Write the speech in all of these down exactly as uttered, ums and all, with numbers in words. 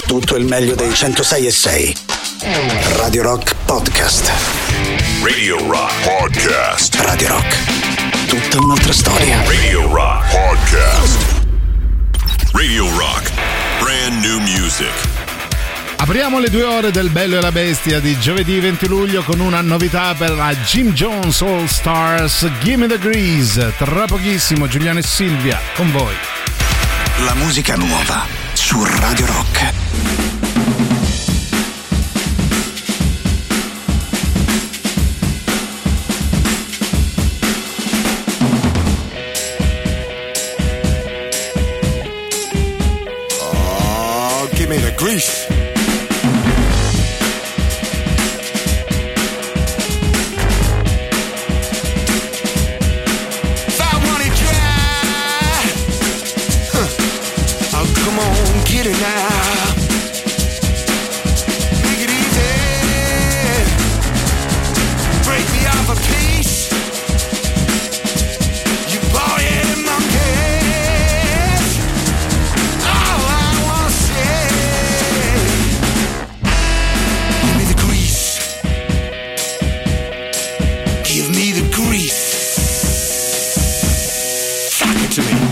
tutto il meglio dei centosei e sei. Radio Rock Podcast. Radio Rock Podcast. Radio Rock. Tutta un'altra storia. Radio Rock Podcast. Radio Rock. Brand new music. Apriamo le due ore del Bello e la Bestia di giovedì venti luglio con una novità per la Jim Jones All Stars, Gimme the Grease. Tra pochissimo Giuliano e Silvia con voi. La musica nuova su Radio Rock. Oh, give me the grease. Get it now. Make it easy. Break me off a piece. You bald-headed monkeys. All I wanna say, give me the grease. Give me the grease. Sock it to me.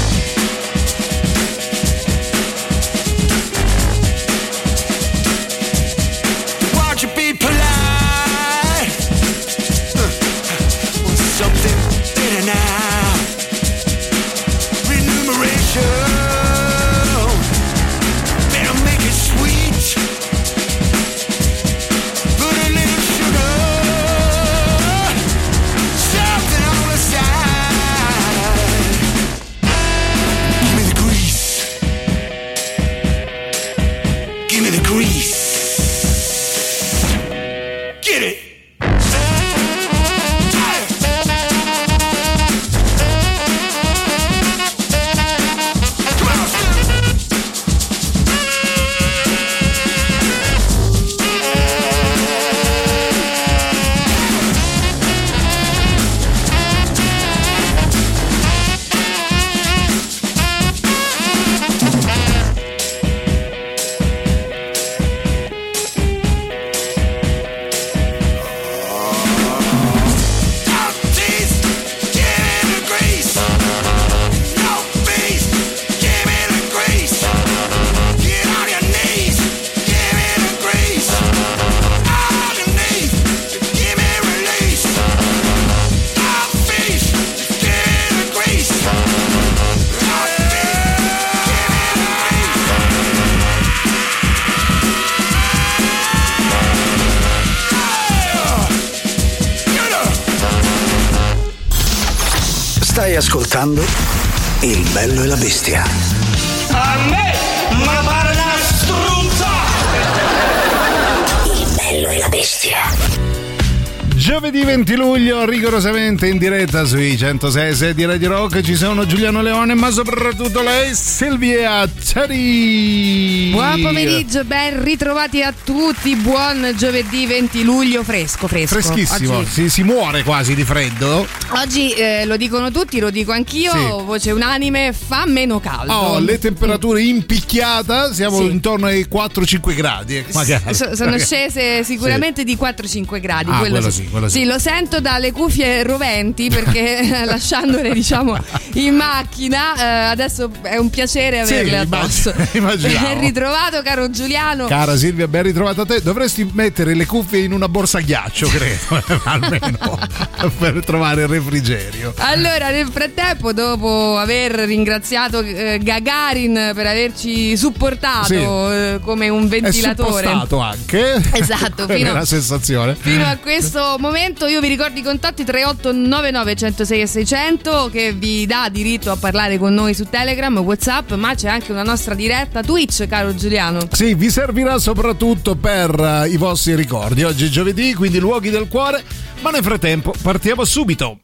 Stai ascoltando Il Bello e la Bestia. A me, ma pare una struzza! Il Bello e la Bestia. Giovedì venti luglio, rigorosamente in diretta sui centosei e sei di Radio Rock, ci sono Giuliano Leone, ma soprattutto lei, Silvia Tari. Buon pomeriggio, ben ritrovati a tutti. Buon giovedì venti luglio, fresco, fresco. Freschissimo, Oggi, si, si muore quasi di freddo. oggi eh, lo dicono tutti, lo dico anch'io, Sì. voce unanime, fa meno caldo. Oh, le temperature in picchiata, siamo Sì. intorno ai quattro cinque gradi. eh, magari. S- sono scese sicuramente Sì. di quattro cinque gradi. Ah, quello, quello sì. sì, quello sì. Sì, lo sento dalle cuffie roventi perché lasciandole diciamo in macchina, eh, adesso è un piacere averle Sì, addosso. immag- immaginavo. Ben ritrovato caro Giuliano. Cara Silvia, ben ritrovata te. Dovresti mettere le cuffie in una borsa a ghiaccio, credo, almeno per trovare il refrigerio. Allora, nel frattempo, dopo aver ringraziato eh, Gagarin per averci supportato Sì. eh, come un È ventilatore, suppostato anche. Esatto, È fino- la sensazione. fino a questo momento io vi ricordo i contatti tre otto nove nove uno zero sei e seicento che vi dà diritto a parlare con noi su Telegram, WhatsApp, ma c'è anche una nostra diretta Twitch, caro Giuliano. Sì, vi servirà soprattutto per uh, i vostri ricordi. Oggi è giovedì, quindi luoghi del cuore, ma nel frattempo partiamo subito.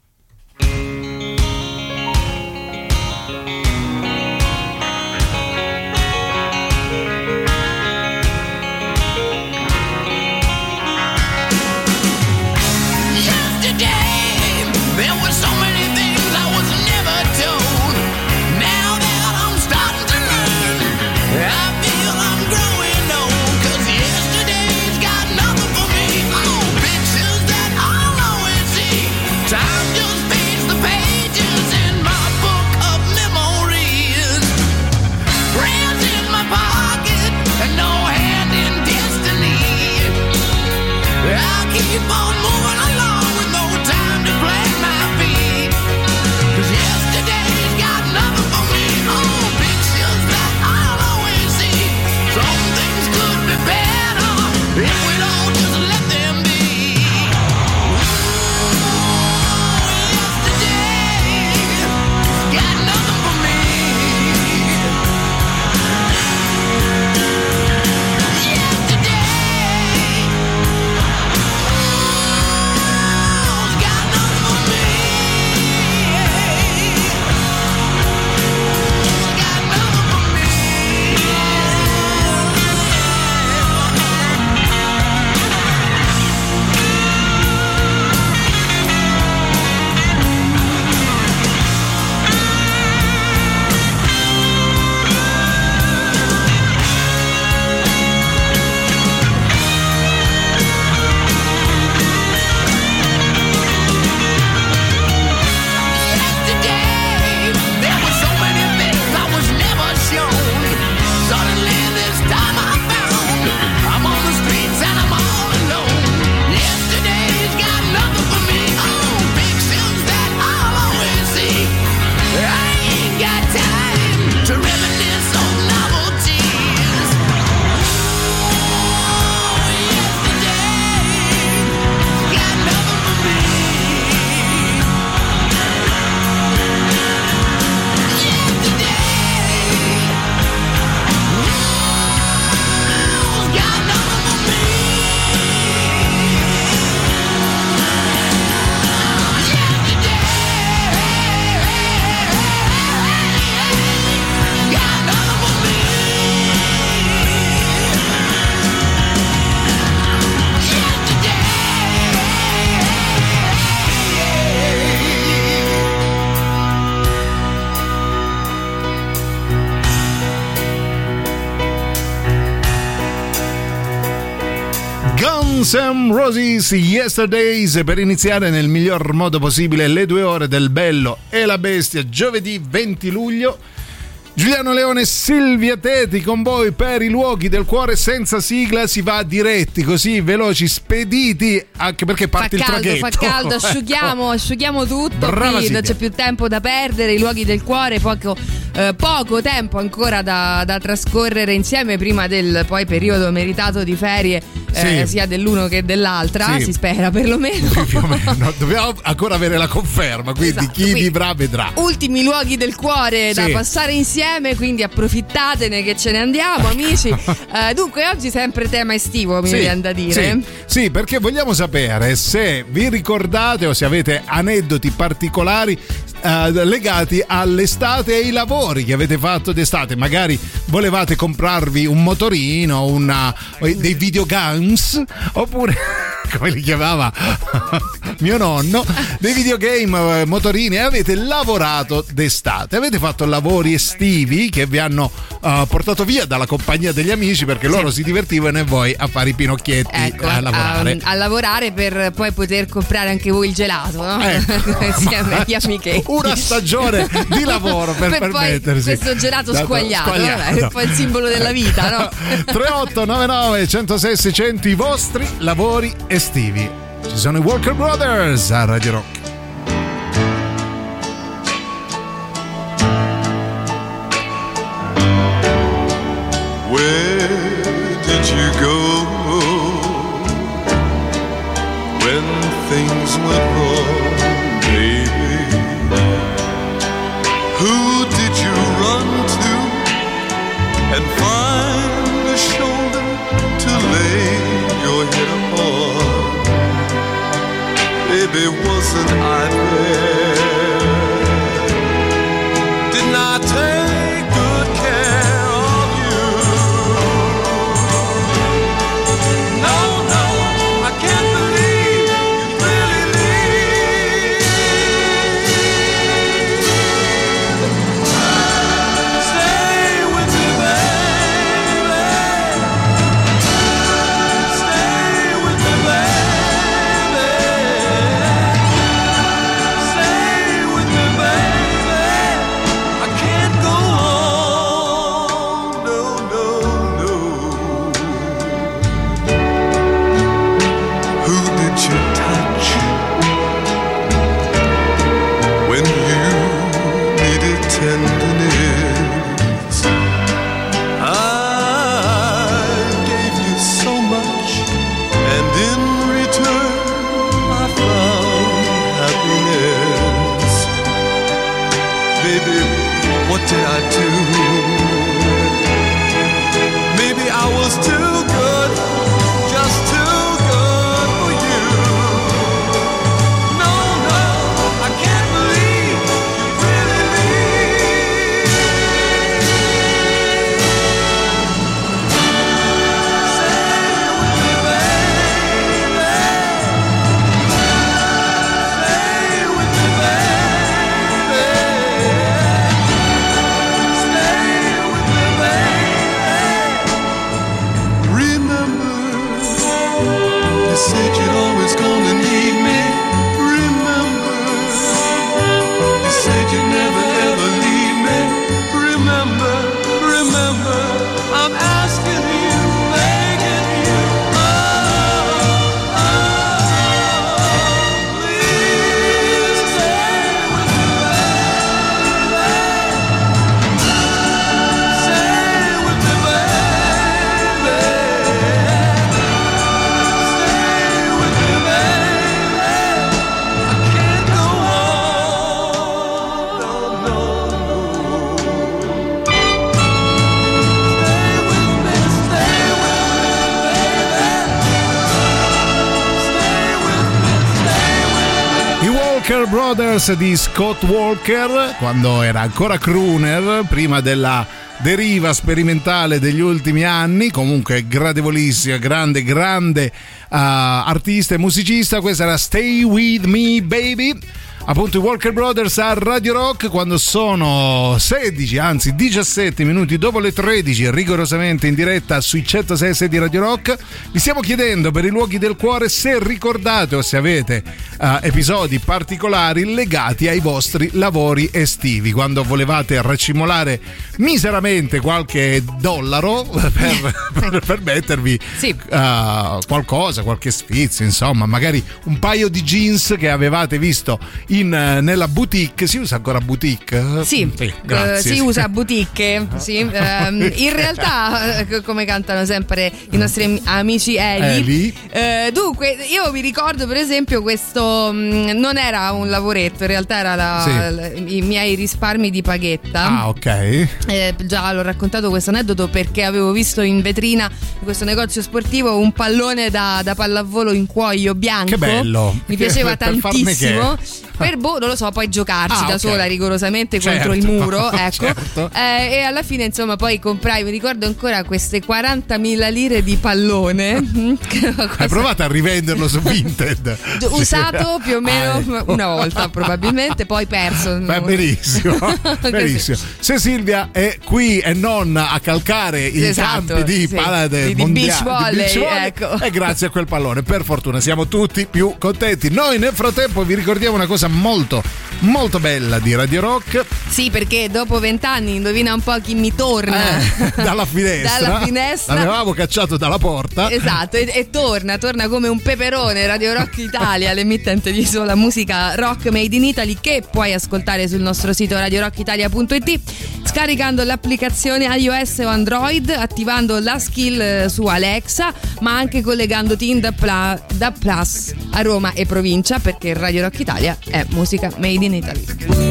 I feel I'm growing Guns N' Roses, Yesterdays, per iniziare nel miglior modo possibile le due ore del Bello e la Bestia, giovedì venti luglio. Giuliano Leone e Silvia Teti con voi per i luoghi del cuore. Senza sigla si va diretti, così veloci, spediti, anche perché parte fa il caldo, traghetto. fa caldo, asciughiamo, asciughiamo tutto. Brava Qui Silvia. non c'è più tempo da perdere. I luoghi del cuore, poco, eh, poco tempo ancora da, da trascorrere insieme prima del poi periodo meritato di ferie, eh, Sì. sia dell'uno che dell'altra. Sì. Si spera perlomeno. Più o meno. Dobbiamo ancora avere la conferma, quindi Esatto, chi quindi vivrà vedrà. Ultimi luoghi del cuore da Sì. passare insieme, quindi approfittatene che ce ne andiamo, amici. Eh, dunque oggi sempre tema estivo, mi Sì, viene da dire. Sì, sì, perché vogliamo sapere se vi ricordate o se avete aneddoti particolari eh, legati all'estate e ai lavori che avete fatto d'estate. Magari volevate comprarvi un motorino, una, dei videogames, oppure come li chiamava mio nonno, dei videogame, motorini, e avete lavorato d'estate, avete fatto lavori estivi che vi hanno uh, portato via dalla compagnia degli amici perché loro si divertivano e voi a fare i pinocchietti, Ecco, a lavorare. A, a lavorare per poi poter comprare anche voi il gelato, no? Ecco. Insieme agli amichetti. Una stagione di lavoro per, Per poi permettersi questo gelato Dato- squagliato, squagliato. vabbè, è un po' il simbolo della vita, no? tre otto nove nove uno zero sei sei zero zero i vostri lavori estivi. Ci sono i Walker Brothers a Radio Rock. Where did you go when things went wrong, baby? Who did you run to and find a shoulder to lay your head upon? Baby, wasn't I there? Didn't I take good care of you? No, no, I can't believe you really leave. Stay with me, baby. Stay with me, baby. Stay with me, baby. I can't go on. No, no, no. Who did you touch when you needed tenderness? I gave you so much, and in return I found happiness. Baby, what did I do? Maybe I was too good, just too good for you. No, no, I can't believe you really leave. Stay with me, baby. Stay with me, baby. Stay with me, baby. Remember, you said you'd always gonna need me. Remember, you said you'd never ever leave me. Remember, remember, I'm asking you, begging you, oh, oh, please stay with me, baby. Stay with me, baby. Stay with me, baby. I can't go on. No, no, no. Stay with me, stay with me, baby. Stay with me, stay with me. I Walker Brothers di Scott Walker, quando era ancora crooner, prima della deriva sperimentale degli ultimi anni, comunque gradevolissima, grande, grande uh, artista e musicista. Questa era Stay With Me Baby. appunto i Walker Brothers a Radio Rock quando sono sedici, anzi diciassette minuti dopo le tredici, rigorosamente in diretta sui centosei e sei di Radio Rock. Vi stiamo chiedendo per i luoghi del cuore se ricordate o se avete uh, episodi particolari legati ai vostri lavori estivi, quando volevate racimolare miseramente qualche dollaro per, per permettervi sì. uh, qualcosa, qualche sfizio, insomma, magari un paio di jeans che avevate visto in, nella boutique. Si usa ancora boutique? Sì, sì grazie. Uh, si usa boutique, sì. Uh, in realtà, come cantano sempre i nostri amici Eli, Eli. Uh, dunque io mi ricordo per esempio questo um, non era un lavoretto, in realtà era la, sì. la, i miei risparmi di paghetta. Ah, ok. Eh, già l'ho raccontato questo aneddoto perché avevo visto in vetrina di questo negozio sportivo un pallone da, da pallavolo in cuoio bianco. Che bello. Mi piaceva per tantissimo. Per boh, non lo so, poi giocarci ah, da okay. sola rigorosamente certo. contro il muro, ecco. certo. eh, e alla fine insomma poi comprai, mi ricordo ancora, queste quarantamila lire di pallone. Hai provato a rivenderlo su Vinted? Usato più o meno ah, ecco. una volta probabilmente, poi perso. Beh, benissimo, benissimo. Se Silvia è qui e non a calcare i esatto, campi di sì. palade di, di beach volley, di beach volley, ecco. e grazie a quel pallone, per fortuna siamo tutti più contenti. Noi nel frattempo vi ricordiamo una cosa molto molto bella di Radio Rock. Sì, perché dopo vent'anni indovina un po' chi mi torna eh, dalla finestra. dalla finestra. L'avevamo cacciato dalla porta. Esatto, e, e torna, torna come un peperone Radio Rock Italia, l'emittente di sola musica rock made in Italy, che puoi ascoltare sul nostro sito radio rock italia punto it, scaricando l'applicazione iOS o Android, attivando la skill su Alexa, ma anche collegandoti in D A B Plus a Roma e provincia, perché Radio Rock Italia è musica made in Italy.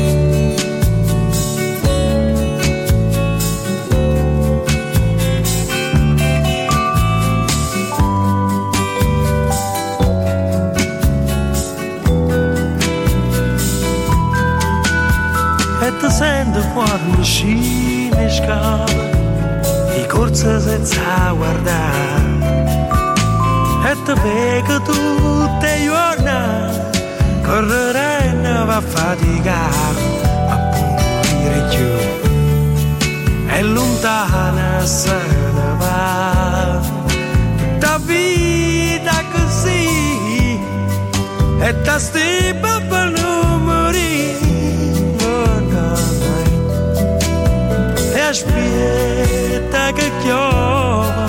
E ti sento quando scende scala di corsa senza guardare, e ti vedo tutte le giornate correre e ne va a faticare, ma punire più è lontana se ne va. Tutta vita così e da stipa per non morire, oh no, no. E aspetta che piova,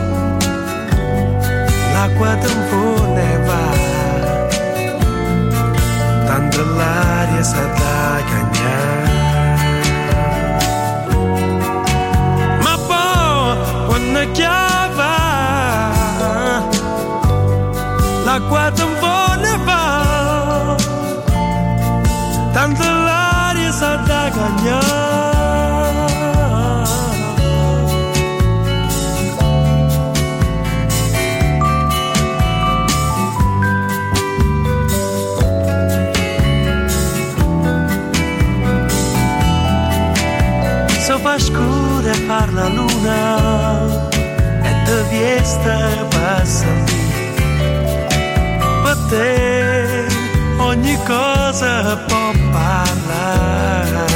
l'acqua tempo ne va, tanto l'aria sa da cagnare. Ma poi quando chiava, l'acqua tempo ne va, tanto l'aria sa da cagnare. Fa scura e far la luna e te viesta passa lì. Per te ogni cosa può parlare,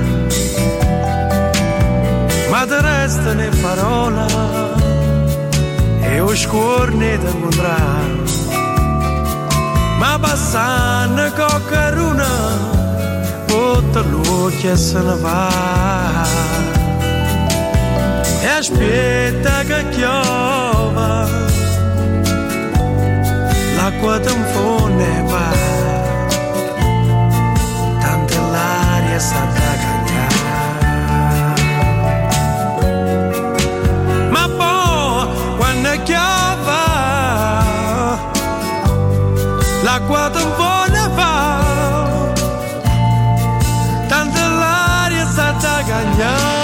ma te restano parole e o scorne da incontrare. Ma passando coccaruna tutta l'occhio se ne va, e aspetta che piova, l'acqua tempo ne va, tanto l'aria sa da cagnare. Ma poi quando piova, l'acqua tempo ne va, tanto l'aria sa da cagnare.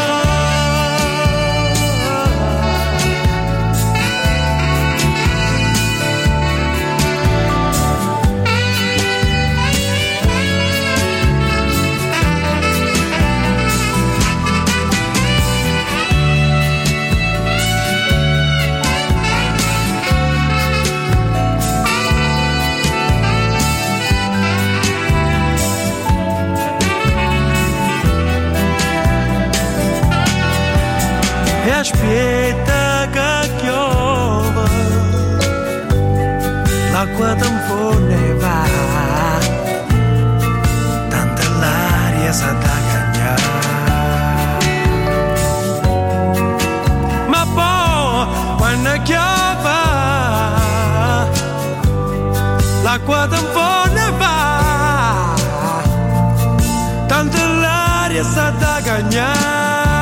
aspetta che piova, l'acqua tampone va, tanta l'aria sa da cagnare. Ma poi quando piove, l'acqua tampone va, tanta l'aria sa da cagnare.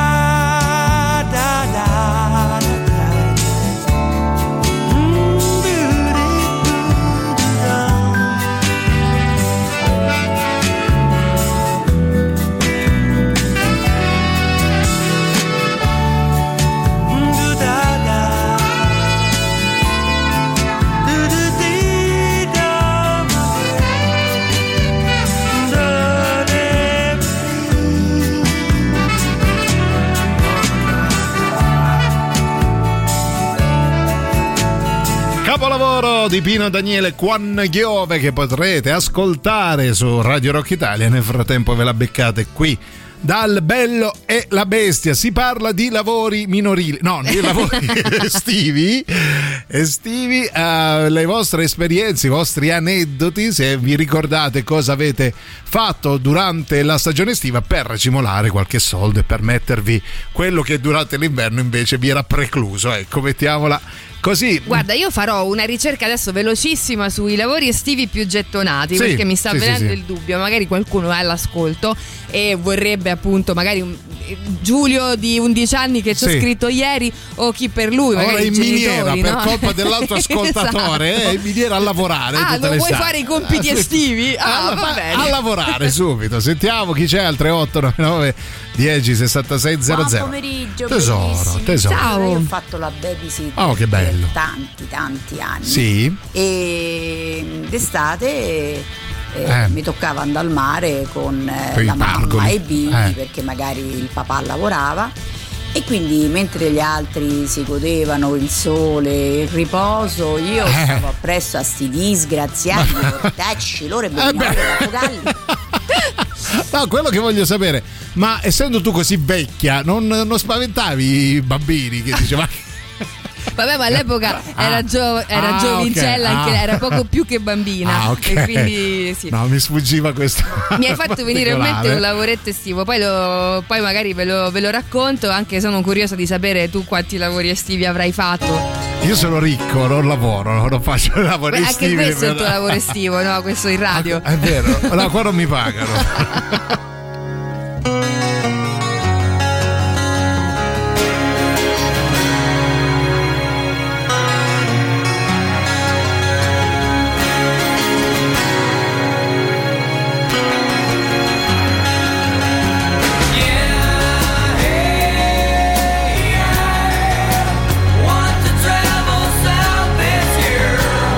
Capolavoro di Pino Daniele, Quan Giove, che potrete ascoltare su Radio Rock Italia. Nel frattempo ve la beccate qui dal Bello e la Bestia. Si parla di lavori minorili, no, di lavori estivi estivi uh, le vostre esperienze, i vostri aneddoti, se vi ricordate cosa avete fatto durante la stagione estiva per racimolare qualche soldo e permettervi quello che durante l'inverno invece vi era precluso, ecco, mettiamola così. Guarda, io farò una ricerca adesso velocissima sui lavori estivi più gettonati, sì, perché mi sta sì, venendo sì, il dubbio, magari qualcuno è all'ascolto e vorrebbe appunto magari un, Giulio di undici anni che ci ha sì. scritto ieri, o chi per lui, magari ora è in i miniera genitori, per no? colpa dell'altro ascoltatore, esatto. È in miniera a lavorare. Ah, non vuoi fare i compiti estivi? Ah, a, va bene. a lavorare subito. Sentiamo chi c'è al tre otto nove nove dieci sessantasei zero zero. Buon pomeriggio, tesoro, bellissimi. tesoro. Ciao. Io ho fatto la babysitter Oh, che bello. per tanti tanti anni. Sì. E d'estate eh, Eh. mi toccava andare al mare con eh, Con i la mamma pargoli. e i bimbi, Eh. perché magari il papà lavorava, e quindi mentre gli altri si godevano il sole, il riposo, io Eh. stavo appresso a sti disgraziati portacci loro e venivano beh. da galli. No, quello che voglio sapere, ma essendo tu così vecchia, non, non spaventavi i bambini che diceva Vabbè, ma all'epoca era, gio- era Ah, giovincella, ok. anche Ah. lei, era poco più che bambina. Ah, ok. E quindi sì. No, mi sfuggiva questo. Mi hai fatto venire in mente particolare. un lavoretto estivo, poi, lo, poi magari ve lo, ve lo racconto, anche sono curiosa di sapere tu quanti lavori estivi avrai fatto. Io sono ricco, non lavoro, non faccio lavori Anche estivi. questo è il tuo lavoro estivo, no? Questo in radio. È vero, no, qua non mi pagano.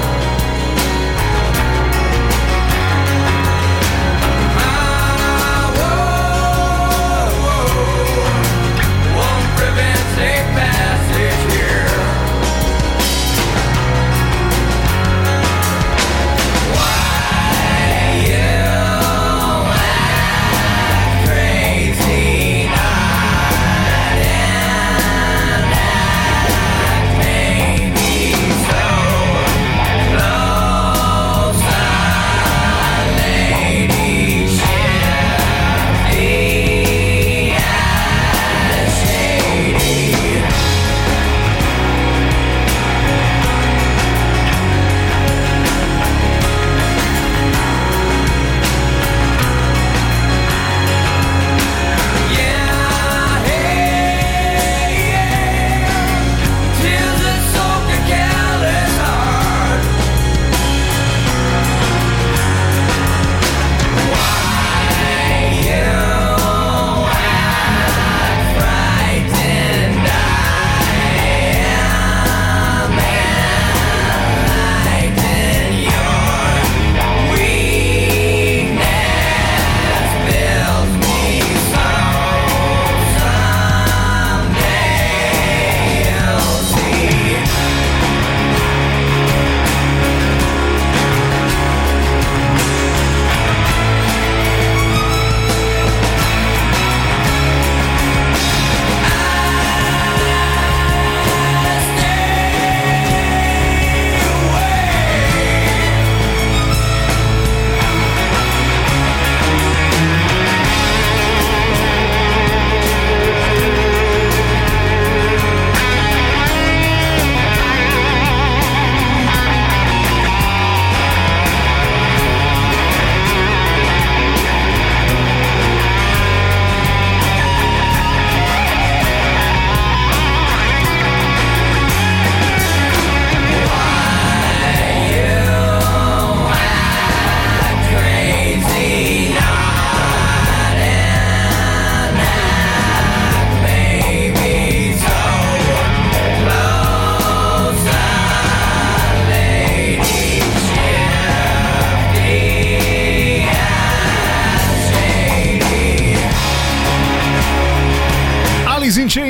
I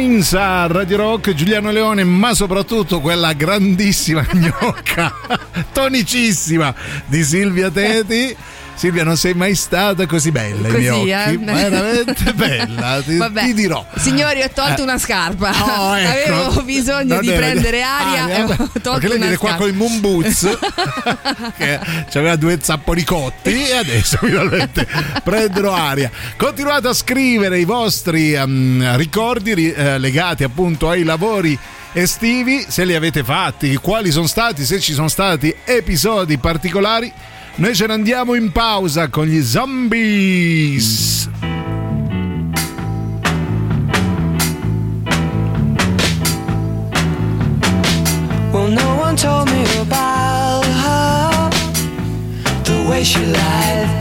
Cinza, Radio Rock, Giuliano Leone, ma soprattutto quella grandissima gnocca, tonicissima di Silvia Teti. Silvia, non sei mai stata così bella, così, i miei occhi, eh? veramente bella, ti, Vabbè, ti dirò. Signori, ho tolto Eh. una scarpa. Oh, ecco. Avevo bisogno Va di bene. prendere aria Ah, e ho vabbè. tolto Perché lei una viene qua scarpa. con il Moon Boots che aveva due zapponi cotti e adesso finalmente prendono aria. Continuate a scrivere i vostri um, ricordi ri- eh, legati appunto ai lavori estivi, se li avete fatti, quali sono stati, se ci sono stati episodi particolari. Noi ce ne andiamo in pausa con gli Zombies. Well, no one told me about her, the way she lied.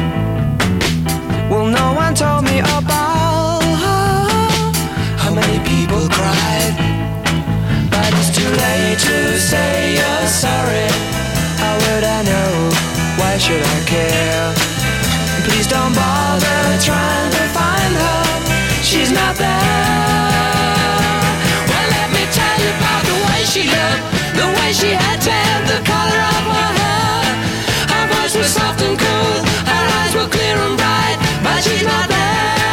Well, no one told me about her, how many people cried. But it's too late to say you're sorry. How would I know? Why should I care? Please don't bother trying to find her. She's not there. Well, let me tell you about the way she looked, the way she had tan, the color of her hair. Her voice was soft and cool, her eyes were clear and bright, but she's not there.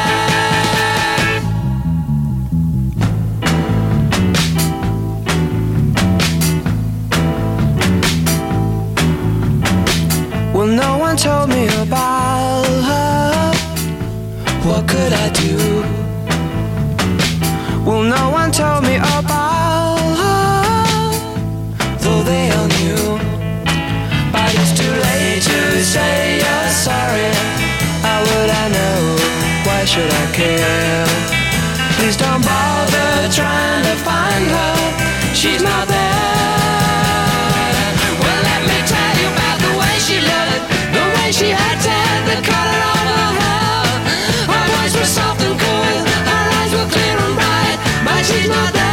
Well, no one told me about her. What could I do? Well, no one told me about her, though they all knew. But it's too late to say you're sorry. How would I know? Why should I care? Please don't bother trying to find her. She's not there. Well, let me tell you about the way she looked, the way she had tan, the color of her hair. Her voice was soft and cool, her eyes were clear and bright, but she's not there.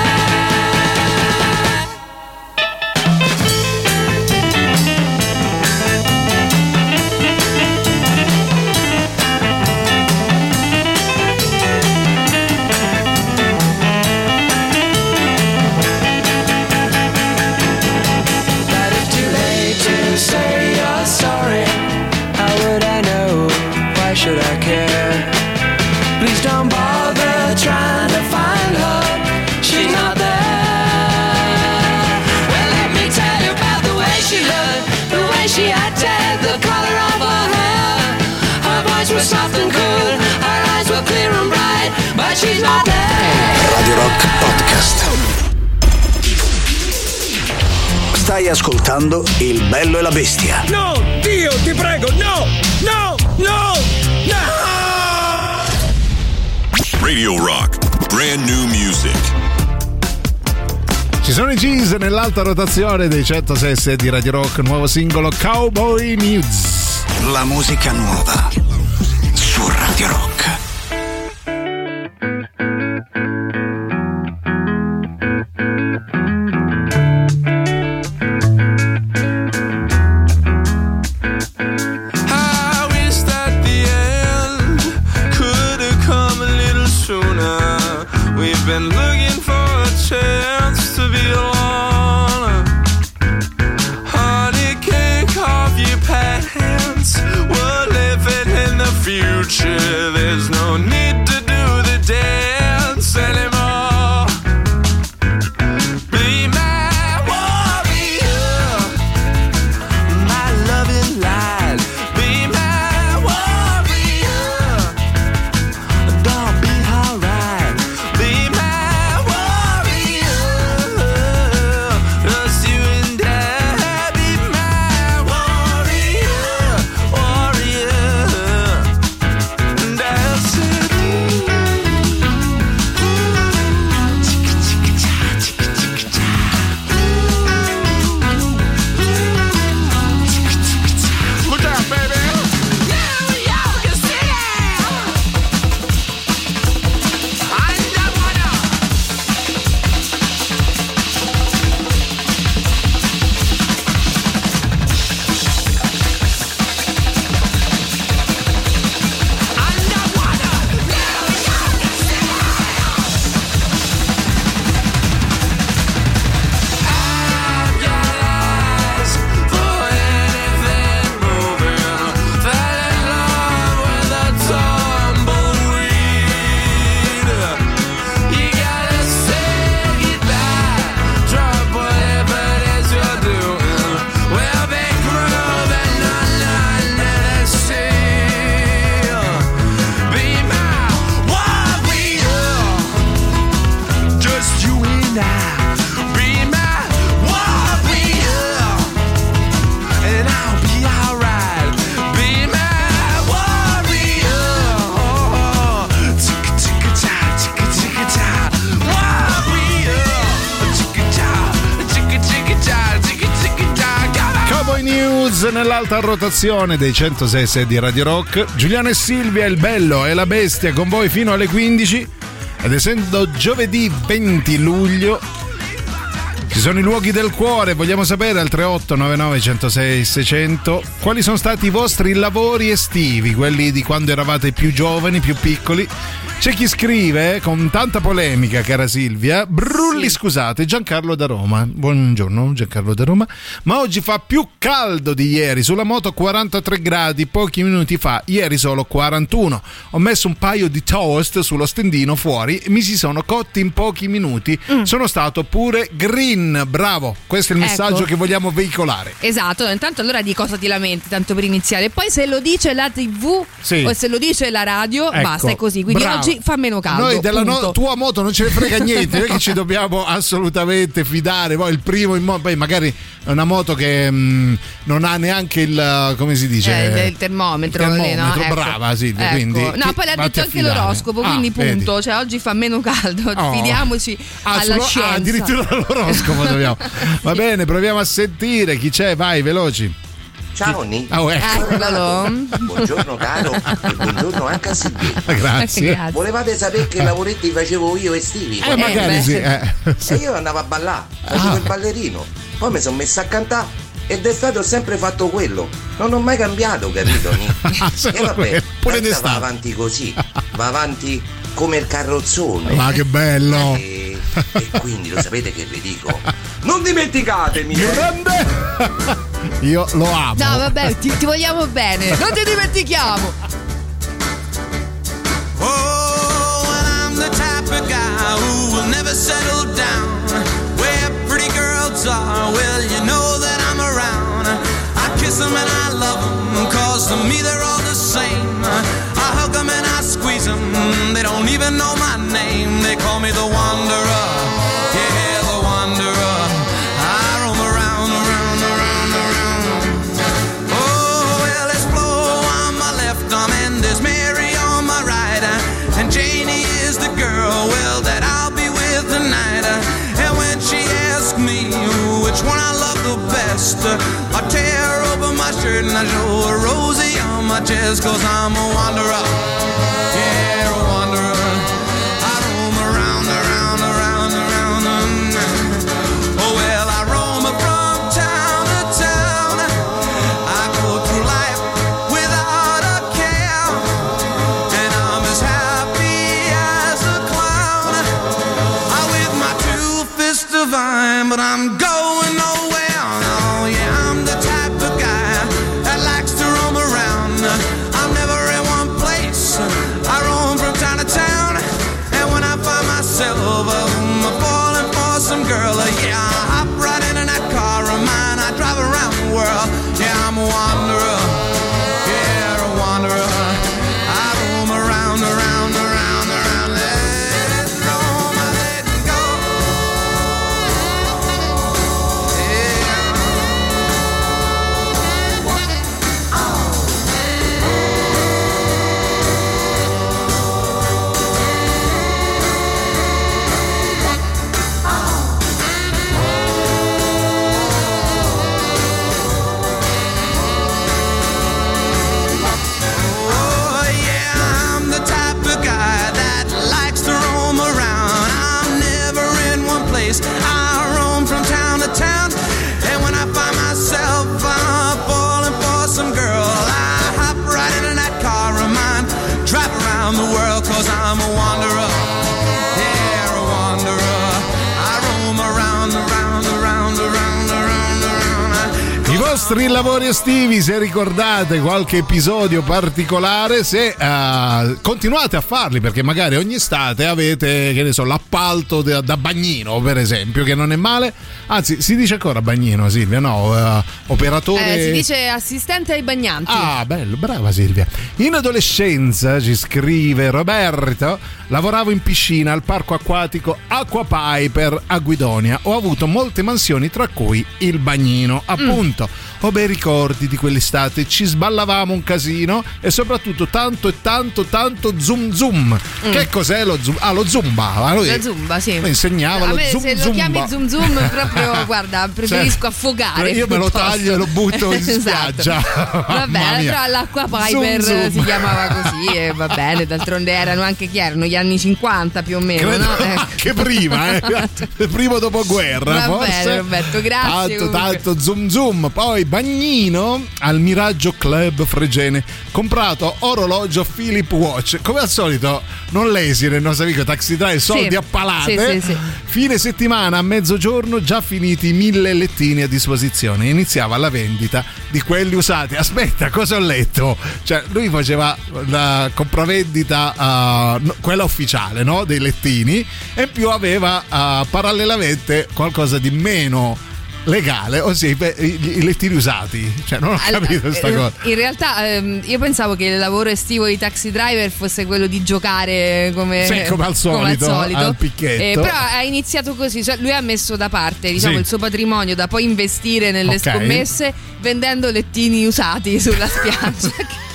But it's too late to say you're sorry. How would I know? Why should I care? Please don't bother trying to find her. She's not there. Well, let me tell you about the way she looked, the way she had tan, the color of her hair. Her voice was soft and cool, her eyes were clear and bright, but she's not there. Radio Rock Podcast. Stai ascoltando Il Bello e la Bestia. No, Dio, ti prego, no, no, no, no! Radio Rock, brand new music. Ci sono i G's nell'alta rotazione dei centosei e sei di Radio Rock, nuovo singolo Cowboy News. La musica nuova su Radio Rock. I wish that the end could have come a little sooner. We've been looking for a chance to be alone. Honey cake off your pants. We're living in the future. There's no Blues nell'alta rotazione dei centosei e sei di Radio Rock. Giuliano e Silvia, il bello e la bestia con voi fino alle quindici. Ed essendo giovedì venti luglio, ci sono i luoghi del cuore. Vogliamo sapere al tre otto nove nove uno zero sei sei zero zero quali sono stati i vostri lavori estivi, quelli di quando eravate più giovani, più piccoli. C'è chi scrive con tanta polemica, cara Silvia, brulli, sì. Scusate, Giancarlo da Roma. Buongiorno Giancarlo da Roma. Ma oggi fa più caldo di ieri, sulla moto quarantatré gradi, pochi minuti fa, ieri solo quarantuno. Ho messo un paio di toast sullo stendino fuori e mi si sono cotti in pochi minuti. Mm. Sono stato pure green, bravo. Questo è il messaggio, ecco, che vogliamo veicolare. Esatto, intanto allora di cosa ti lamenti, tanto per iniziare. Poi se lo dice la tivù, sì, o se lo dice la radio, ecco, basta, è così. Quindi bravo. Oggi fa meno caldo. Noi della no, tua moto non ce ne frega niente, noi che ci dobbiamo assolutamente fidare. Poi il primo in moto, poi magari è una moto che mh, non ha neanche il, come si dice, eh, il termometro, il termometro, no? Ecco. Brava Silvia, ecco. Quindi no, poi l'ha detto anche l'oroscopo, ah, quindi punto, vedi. Cioè oggi fa meno caldo, oh. Fidiamoci ah, alla sullo, scienza. Ah, addirittura l'oroscopo dobbiamo. Va bene, proviamo a sentire chi c'è, vai, veloci. Ciao Ni. Oh, ecco. Eccolo. Buongiorno caro e buongiorno anche a Silvia. Grazie. Grazie. Volevate sapere che lavoretti facevo io estivi? Eh, magari eh, sì. Eh, sì. E io andavo a ballare, facevo ah. il ballerino. Poi mi sono messo a cantare e d'estate ho sempre fatto quello. Non ho mai cambiato, capito Ni? E vabbè, pure d'estate va avanti così. Va avanti come il carrozzone. Ma che bello. E, e quindi lo sapete che vi dico? Non dimenticatemi. Grande. Io lo amo. No, vabbè, ti, ti vogliamo bene. Non ti dimentichiamo. Oh, and I'm the type of guy who will never settle down. Where pretty girls are, well, you know that I'm around. I kiss them and I love them, cause to me they're all the same. I hug them and I squeeze them, they don't even know my name. They call me the Wanderer, yeah, the Wanderer. I roam around, around, around, around. Oh, well, there's Flo on my left arm and there's Mary on my right. And Janie is the girl, well, that I'll be with tonight. And when she asks me which one I love the best, I tear open my shirt and I show her Rosie on my chest. Cause I'm a wanderer, yeah, a wanderer. I roam around, around, around, around. Oh, well, I roam from town to town. I go through life without a care, and I'm as happy as a clown. I with my two fists divine, but I'm going nowhere. Oh, yeah, I'm the type of guy that likes to roam around. I'm never in one place. I roam from town to town, and when I find myself um, falling for some girl, uh, yeah, I hop right into that car of mine. I drive around the world. Yeah, I'm a wanderer. Yeah, a wanderer. I roam around, around, around, around. Let it roam, I let it go. Oh, yeah, I'm the type of guy that likes to roam around. I'm never in one place. I roam from town to town, and when I find myself uh, falling for some girl, I hop right into that car of mine, drive around the world, cause I'm a wanderer. Yeah, a wanderer. I roam around, around, around, around, around, around. I vostri lavori estivi, se ricordate qualche episodio particolare, se uh, continuate a farli, perché magari ogni estate avete, che ne so, l'appalto da, da bagnino, per esempio, che non è male. Anzi, si dice ancora bagnino, Silvia, no? Uh, operatore. Eh, si dice assistente ai bagnanti. Ah, bello, brava Silvia. In adolescenza, ci scrive Roberto, lavoravo in piscina al parco acquatico Acqua Piper a Guidonia. Ho avuto molte mansioni, tra cui il bagnino, appunto. Mm. ho bei ricordi di quell'estate, ci sballavamo un casino e soprattutto tanto e tanto tanto zoom zoom. Mm. Che cos'è lo zoom? Ah, lo zumba. Lui, la zumba, sì. Mi insegnava a lo me, zoom se lo zumba. chiami zoom zoom proprio, guarda, preferisco cioè, affogare. Io me lo taglio e lo butto in esatto. spiaggia. Vabbè, però l'acqua Piper zoom, zoom. si chiamava così e va bene, d'altronde erano anche chi erano gli anni cinquanta più o meno, Credo, no? Ecco. Anche prima, eh? Primo dopoguerra. Va forse. bene, Roberto, grazie. Tanto, comunque. tanto zoom zoom. Poi Bagnino al Miraggio Club Fregene, comprato orologio Philip Watch. Come al solito, non l'esile il nostro amico Taxi Driver, soldi sì. a palate. Sì, sì, sì. Fine settimana a mezzogiorno già finiti mille lettini a disposizione. Iniziava la vendita di quelli usati. Aspetta, cosa ho letto? Cioè, lui faceva la compravendita, uh, quella ufficiale, no? Dei lettini, e in più aveva uh, parallelamente qualcosa di meno legale, ossia i, i, i lettini usati. Cioè, non ho capito questa cosa. In realtà ehm, io pensavo che il lavoro estivo di Taxi Driver fosse quello di giocare come, sì, come al solito, come al, solito. al picchetto. Eh, però ha iniziato così, cioè lui ha messo da parte, diciamo, sì. il suo patrimonio da poi investire nelle okay. scommesse vendendo lettini usati sulla spiaggia.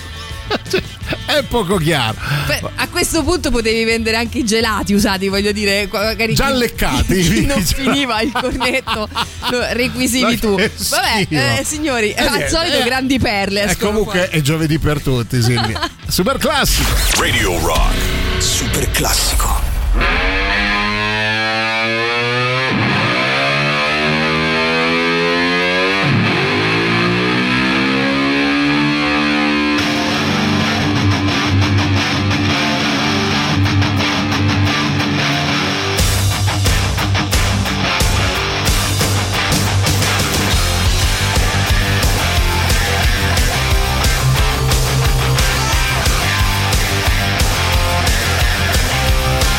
È poco chiaro. Beh, a questo punto potevi vendere anche i gelati usati, voglio dire, magari già chi, leccati. Chi non finiva il cornetto lo requisivi tu. Vabbè, eh, signori, eh, al solito eh, grandi perle. E comunque fuori. È giovedì per tutti, Silvia. Super classico. Radio Rock. Super classico. We'll be right back.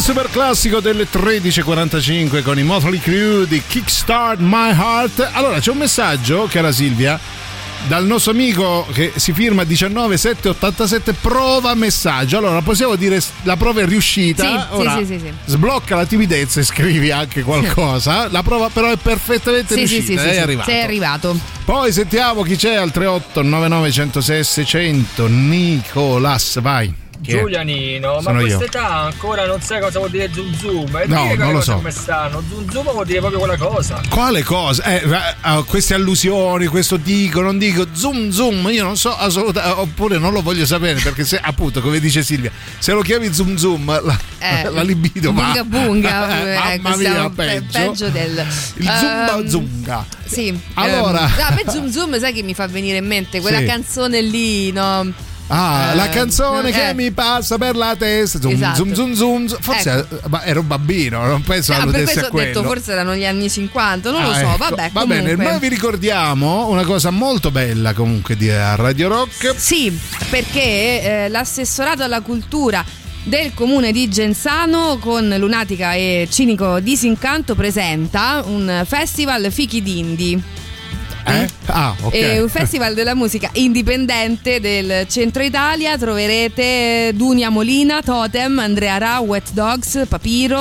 super classico delle tredici e quarantacinque con i Motley Crue di Kickstart My Heart. Allora c'è un messaggio, cara Silvia, dal nostro amico che si firma diciannove sette ottantasette, prova messaggio. Allora possiamo dire la prova è riuscita. Sì, Ora, sì, sì, sì, sì. Sblocca la timidezza e scrivi anche qualcosa. La prova però è perfettamente sì, riuscita, sì, sì, è sì, arrivato. sei arrivato. Poi sentiamo chi c'è al tre otto nove nove uno zero sei seicento. Nicolas, vai. Giulianino, ma Sono a io. quest'età ancora non sai cosa vuol dire zoom zoom? E No, dire non lo so. come stanno? Zoom zoom vuol dire proprio quella cosa. Quale cosa? Eh, eh, queste allusioni, questo dico, non dico, zoom zoom, io non so assolutamente, oppure non lo voglio sapere, perché se appunto, come dice Silvia, se lo chiami zoom zoom, la, Eh, la libido va. bunga bunga, eh, Mamma questo è mia, un pe- peggio. peggio del Il zumba Ehm, zunga. Sì. Allora. ehm, no, a me zoom zoom, sai che mi fa venire in mente quella Sì. canzone lì, no? Ah, Eh, la canzone eh. che mi passa per la testa. Zoom, Esatto. zoom, zoom, zoom. Forse Ecco. ma ero un bambino, non penso Ah, per alludesse questo a ho quello. detto forse erano gli anni cinquanta, non lo Ah, so, ecco. vabbè, Va comunque. bene, noi vi ricordiamo una cosa molto bella comunque di Radio Rock. Sì, perché eh, l'assessorato alla cultura del comune di Genzano con Lunatica e Cinico Disincanto presenta un festival Fichi d'Indi. Eh? Ah, ok. È un festival della musica indipendente del centro Italia. Troverete Dunia Molina, Totem, Andrea Ra, Wet Dogs, Papiro,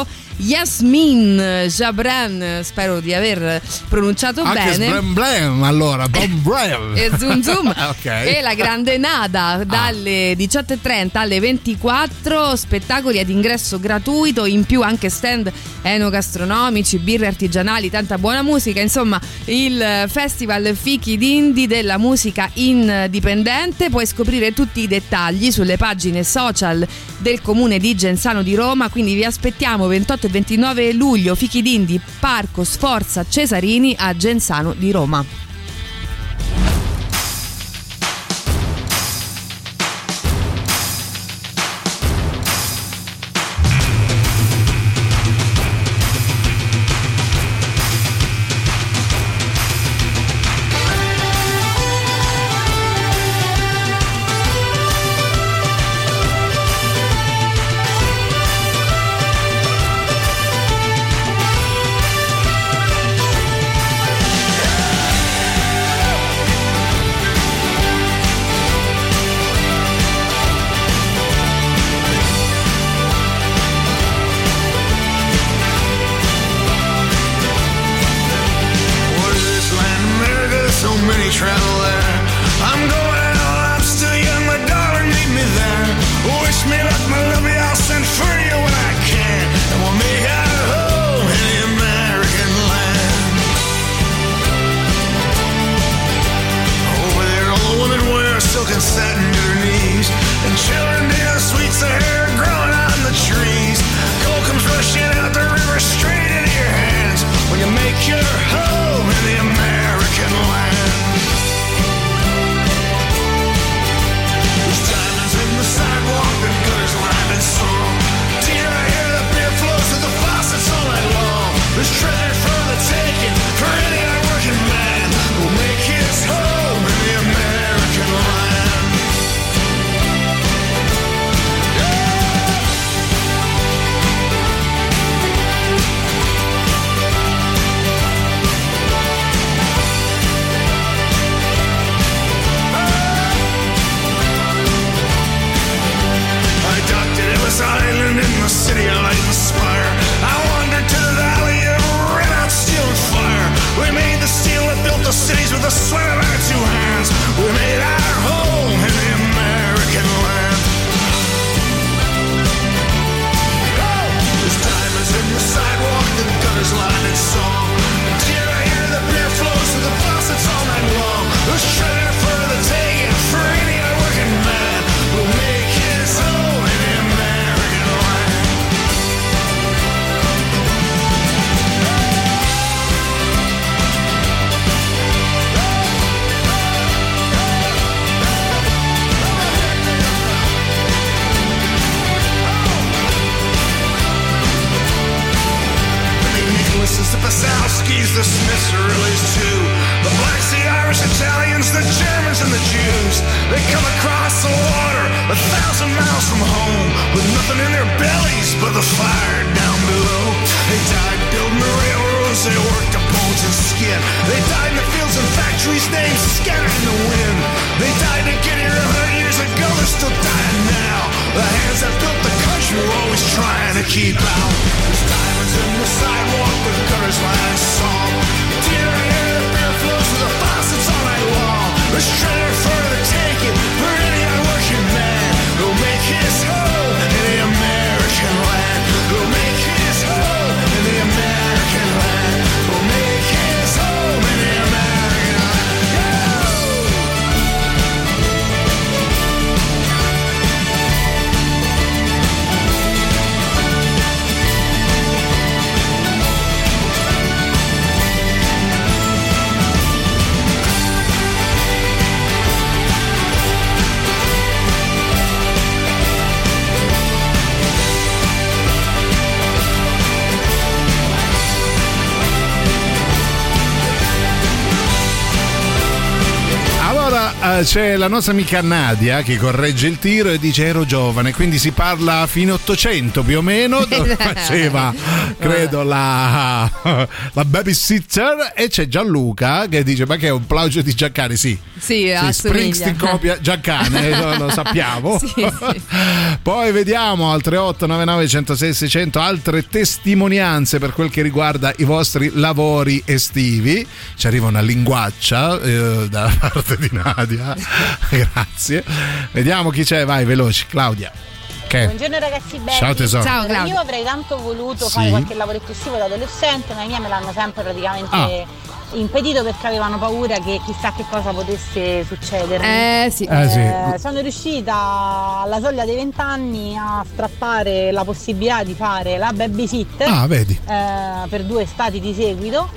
Yasmin Jabran, spero di aver pronunciato Anche bene. Sbram Blam, allora, Bom Bram. E Zoom Zoom. Ok. E la Grande Nada dalle diciotto e trenta alle ventiquattro, spettacoli ad ingresso gratuito, in più anche stand enogastronomici, birre artigianali, tanta buona musica, insomma il festival Fichi d'Indi della musica indipendente. Puoi scoprire tutti i dettagli sulle pagine social del comune di Genzano di Roma, quindi vi aspettiamo ventotto e ventinove luglio, Fichi d'Indi, Parco Sforza Cesarini a Genzano di Roma. the Smiths are released too. The blacks, the Irish, Italians, the Germans, and the Jews. They come across the water a thousand miles from home, with nothing in their bellies but the fire down below. They died building the railroads, they worked the bones and skin. They died in the fields and factories, names scattered in the wind. They died to get here a hundred years ago, they're still dying now. The hands that built the country were always trying to keep out. There's diamonds in the sidewalk, the gutters line song. Deer in air, the beer flows to the faucets all night long. There's treasure for the taking for any unworking man who'll make his home in the American land. Who'll make his home in the American land. Who'll make his home in the American land. Allora, c'è la nostra amica Nadia che corregge il tiro e dice ero giovane, quindi si parla a fine ottocento più o meno, dove faceva credo la, la babysitter, e c'è Gianluca che dice ma che è un plagio di Giaccane? Sì, sì, sì, Springsteen copia Giaccane, lo, lo sappiamo. Sì, sì. Poi vediamo al tre otto nove nove uno zero sei sei zero zero altre testimonianze per quel che riguarda i vostri lavori estivi. Ci arriva una linguaccia eh, da parte di Nadia. Grazie. Vediamo chi c'è, vai veloci. Claudia. Che? Buongiorno ragazzi belli. Ciao tesoro. Ciao, Claudia. Io avrei tanto voluto Sì. fare qualche lavoretto estivo da adolescente, ma i miei me l'hanno sempre praticamente Ah. impedito perché avevano paura che chissà che cosa potesse succedermi. Eh sì. Eh, sì. Eh, sono riuscita alla soglia dei vent'anni a strappare la possibilità di fare la babysitter Ah, vedi. eh, per due estati di seguito.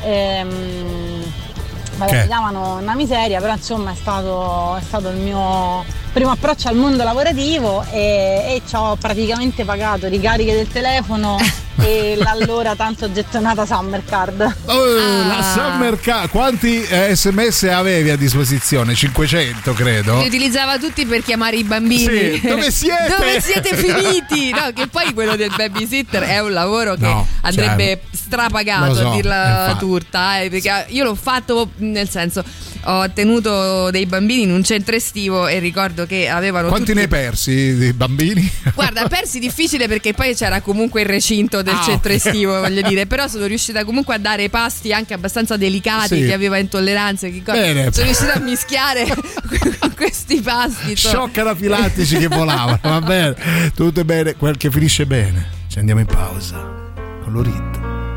Ehm, vabbè, Che? mi chiamano una miseria, però insomma è stato, è stato il mio primo approccio al mondo lavorativo e, e ci ho praticamente pagato ricariche del telefono e l'allora tanto gettonata Summer Card. Oh, la Summer Card. Quanti eh, sms avevi a disposizione? cinquecento credo. Li utilizzava tutti per chiamare i bambini. Sì, dove siete? Dove siete finiti? No, che poi quello del babysitter è un lavoro che No, andrebbe certo. strapagato, Lo so, a dirla infatti. tutta, eh, perché io l'ho fatto, nel senso, ho tenuto dei bambini in un centro estivo e ricordo che avevano Quanti tutti... ne hai persi di bambini? Guarda, persi difficile perché poi c'era comunque il recinto del Ah, centro ok. estivo, voglio dire, però sono riuscita comunque a dare pasti anche abbastanza delicati, Sì. chi aveva intolleranze, chi cosa. Bene. Sono riuscita a mischiare questi pasti. insomma. Shock anafilattici che volavano, va bene, tutto bene, quel che finisce bene. Ci andiamo in pausa con l'Orit.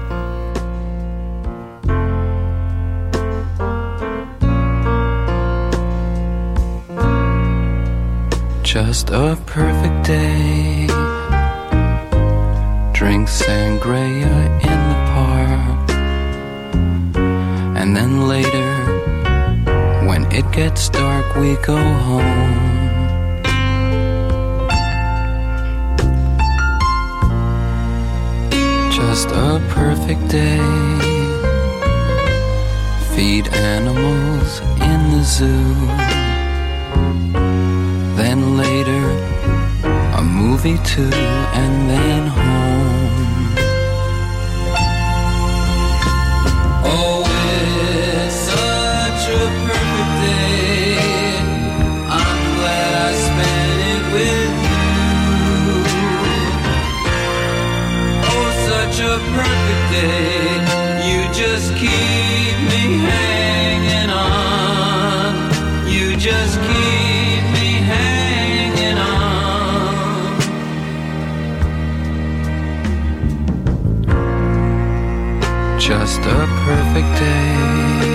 Just a perfect day. Drink sangria in the park. And then later, when it gets dark, we go home. Just a perfect day. Feed animals in the zoo. Then later, a movie too, and then home. Oh, it's such a perfect day. I'm glad I spent it with you. Oh, such a perfect day. You just keep me hanging on. You just keep me hanging on. Just a perfect day.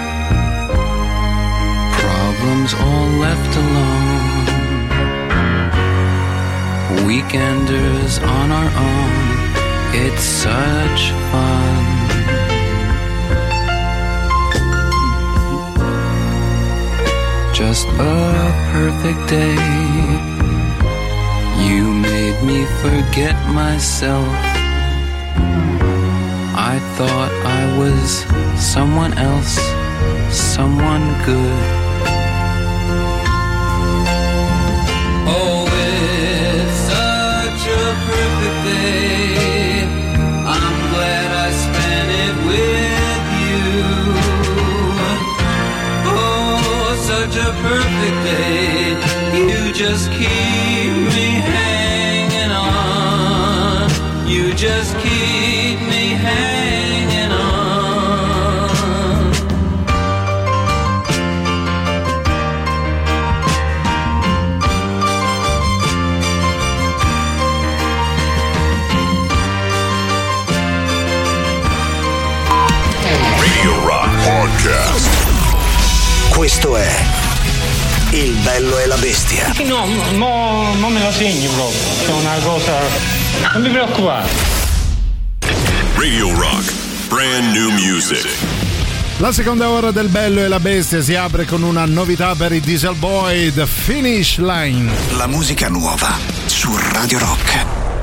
Problems all left alone. Weekenders on our own. It's such fun. Just a perfect day. You made me forget myself. I thought I was someone else, someone good. such a perfect day. You just keep me hanging on. You just keep me hanging on. Radio Rock Podcast. Questo è Il Bello e la Bestia. No, no, non me la segni proprio. È una cosa. Non mi preoccupare. Radio Rock, brand new music. La seconda ora del Bello e la Bestia si apre con una novità per i Diesel Boy, The Finish Line. La musica nuova su Radio Rock.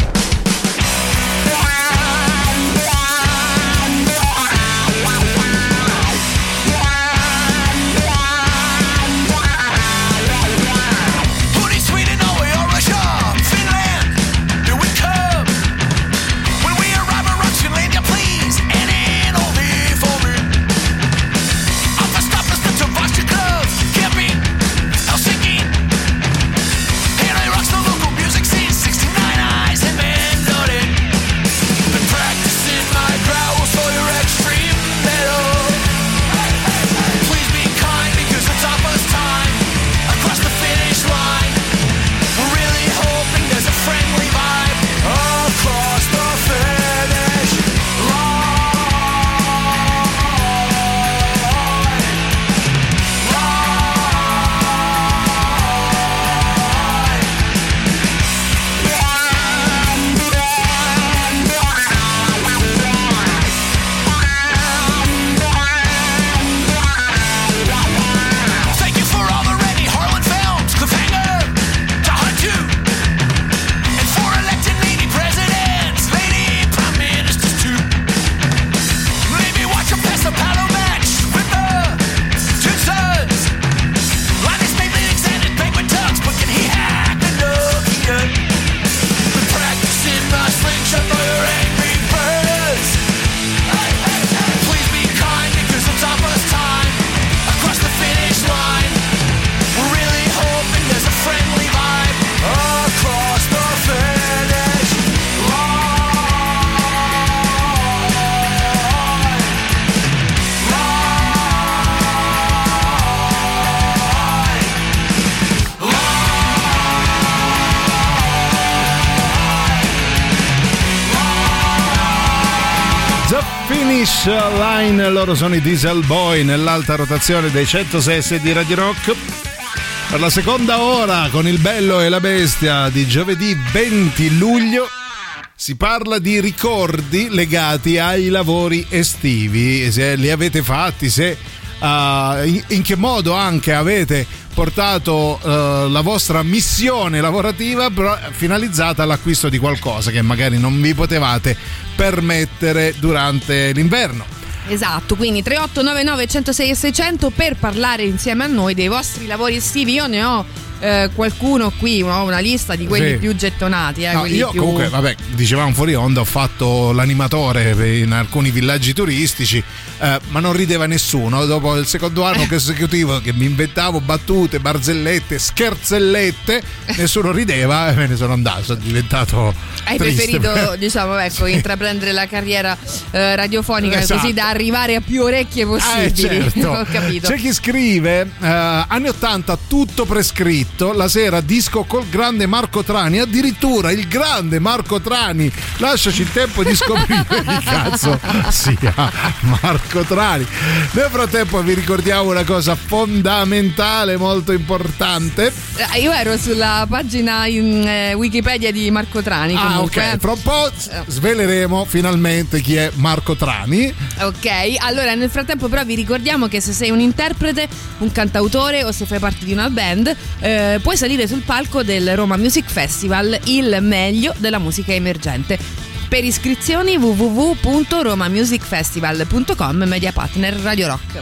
Line, loro sono i Diesel Boy nell'alta rotazione dei centosei di Radio Rock per la seconda ora con il Bello e la Bestia di giovedì venti luglio. Si parla di ricordi legati ai lavori estivi, se li avete fatti, se uh, in, in che modo anche avete portato uh, la vostra missione lavorativa però finalizzata all'acquisto di qualcosa che magari non vi potevate permettere durante l'inverno. Esatto, quindi tre otto nove nove uno zero sei seicento per parlare insieme a noi dei vostri lavori estivi. Io ne ho eh, qualcuno qui, ho una lista di quelli sì. più gettonati. Eh, no, quelli io più... comunque, vabbè, dicevamo fuori onda, ho fatto l'animatore in alcuni villaggi turistici, eh, ma non rideva nessuno. Dopo il secondo anno consecutivo che mi inventavo battute, barzellette, scherzellette, nessuno rideva e me ne sono andato, sono diventato Hai triste. Preferito, diciamo, ecco, intraprendere la carriera eh, radiofonica, esatto, così da arrivare a più orecchie possibili. Eh, certo. Ho capito. C'è chi scrive eh, anni ottanta tutto prescritto, la sera disco col grande Marco Trani, addirittura il grande Marco Trani, lasciaci il tempo di scoprire chi cazzo sia Marco Trani. Nel frattempo vi ricordiamo una cosa fondamentale, molto importante. Eh, io ero sulla pagina in eh, Wikipedia di Marco Trani. Ah, ok, fra un po' sveleremo finalmente chi è Marco Trani. Ok, allora nel frattempo però vi ricordiamo che se sei un interprete, un cantautore o se fai parte di una band, eh, puoi salire sul palco del Roma Music Festival, il meglio della musica emergente. Per iscrizioni w w w punto roma music festival punto com, media partner Radio Rock.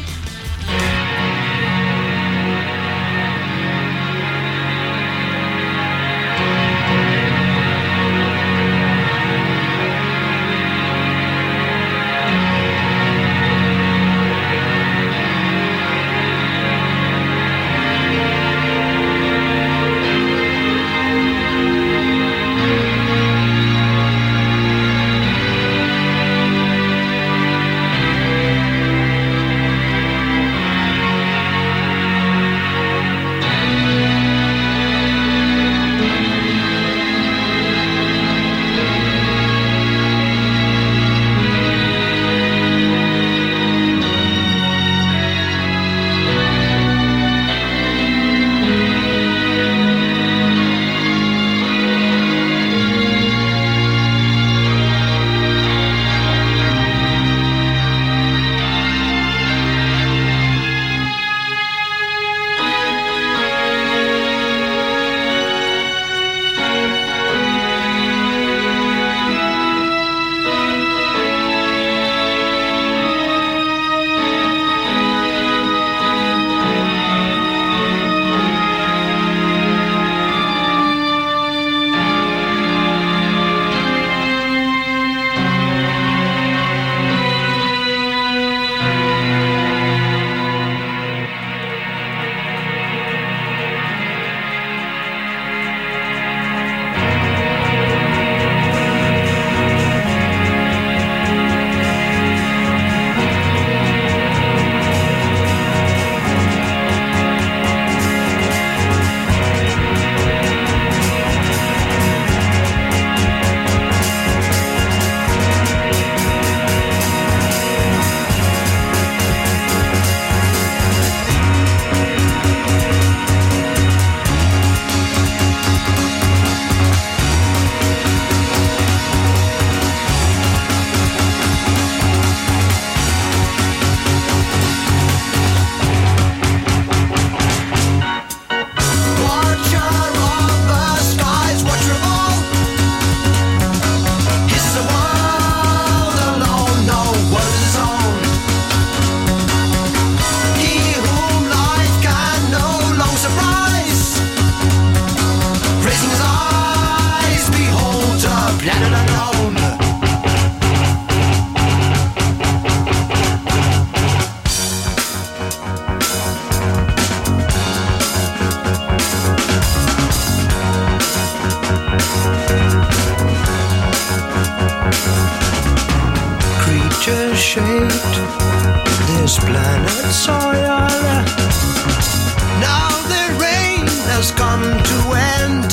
shaped this planet soil. Now the rain has come to end.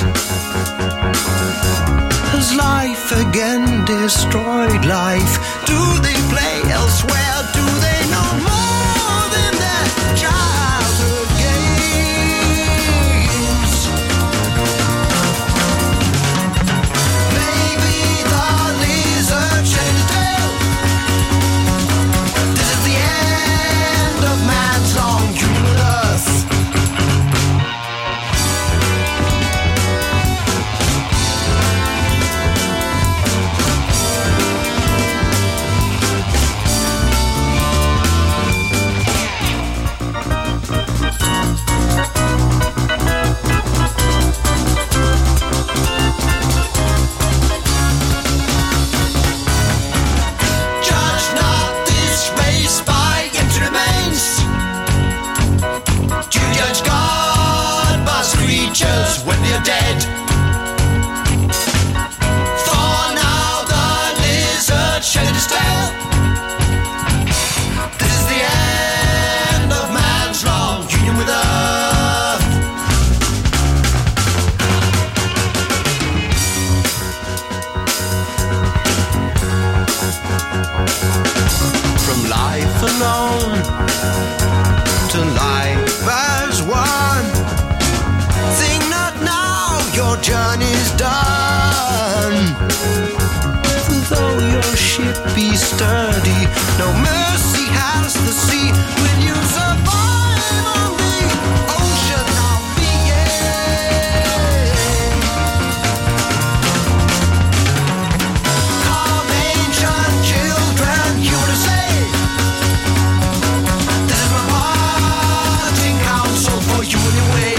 Has life again destroyed life? Do they play elsewhere? Do they know more than their childhood games? Maybe the lizard shed his tail. This is the end of man's long human earth. When you're dead, for now the lizard shed his tail. This is the end of man's long union with earth. From life alone to life as one. Your journey's done. Though your ship be sturdy, no mercy has the sea. When you survive on the ocean of being, come ancient children, you wanna say, this is my parting counsel for you anyway.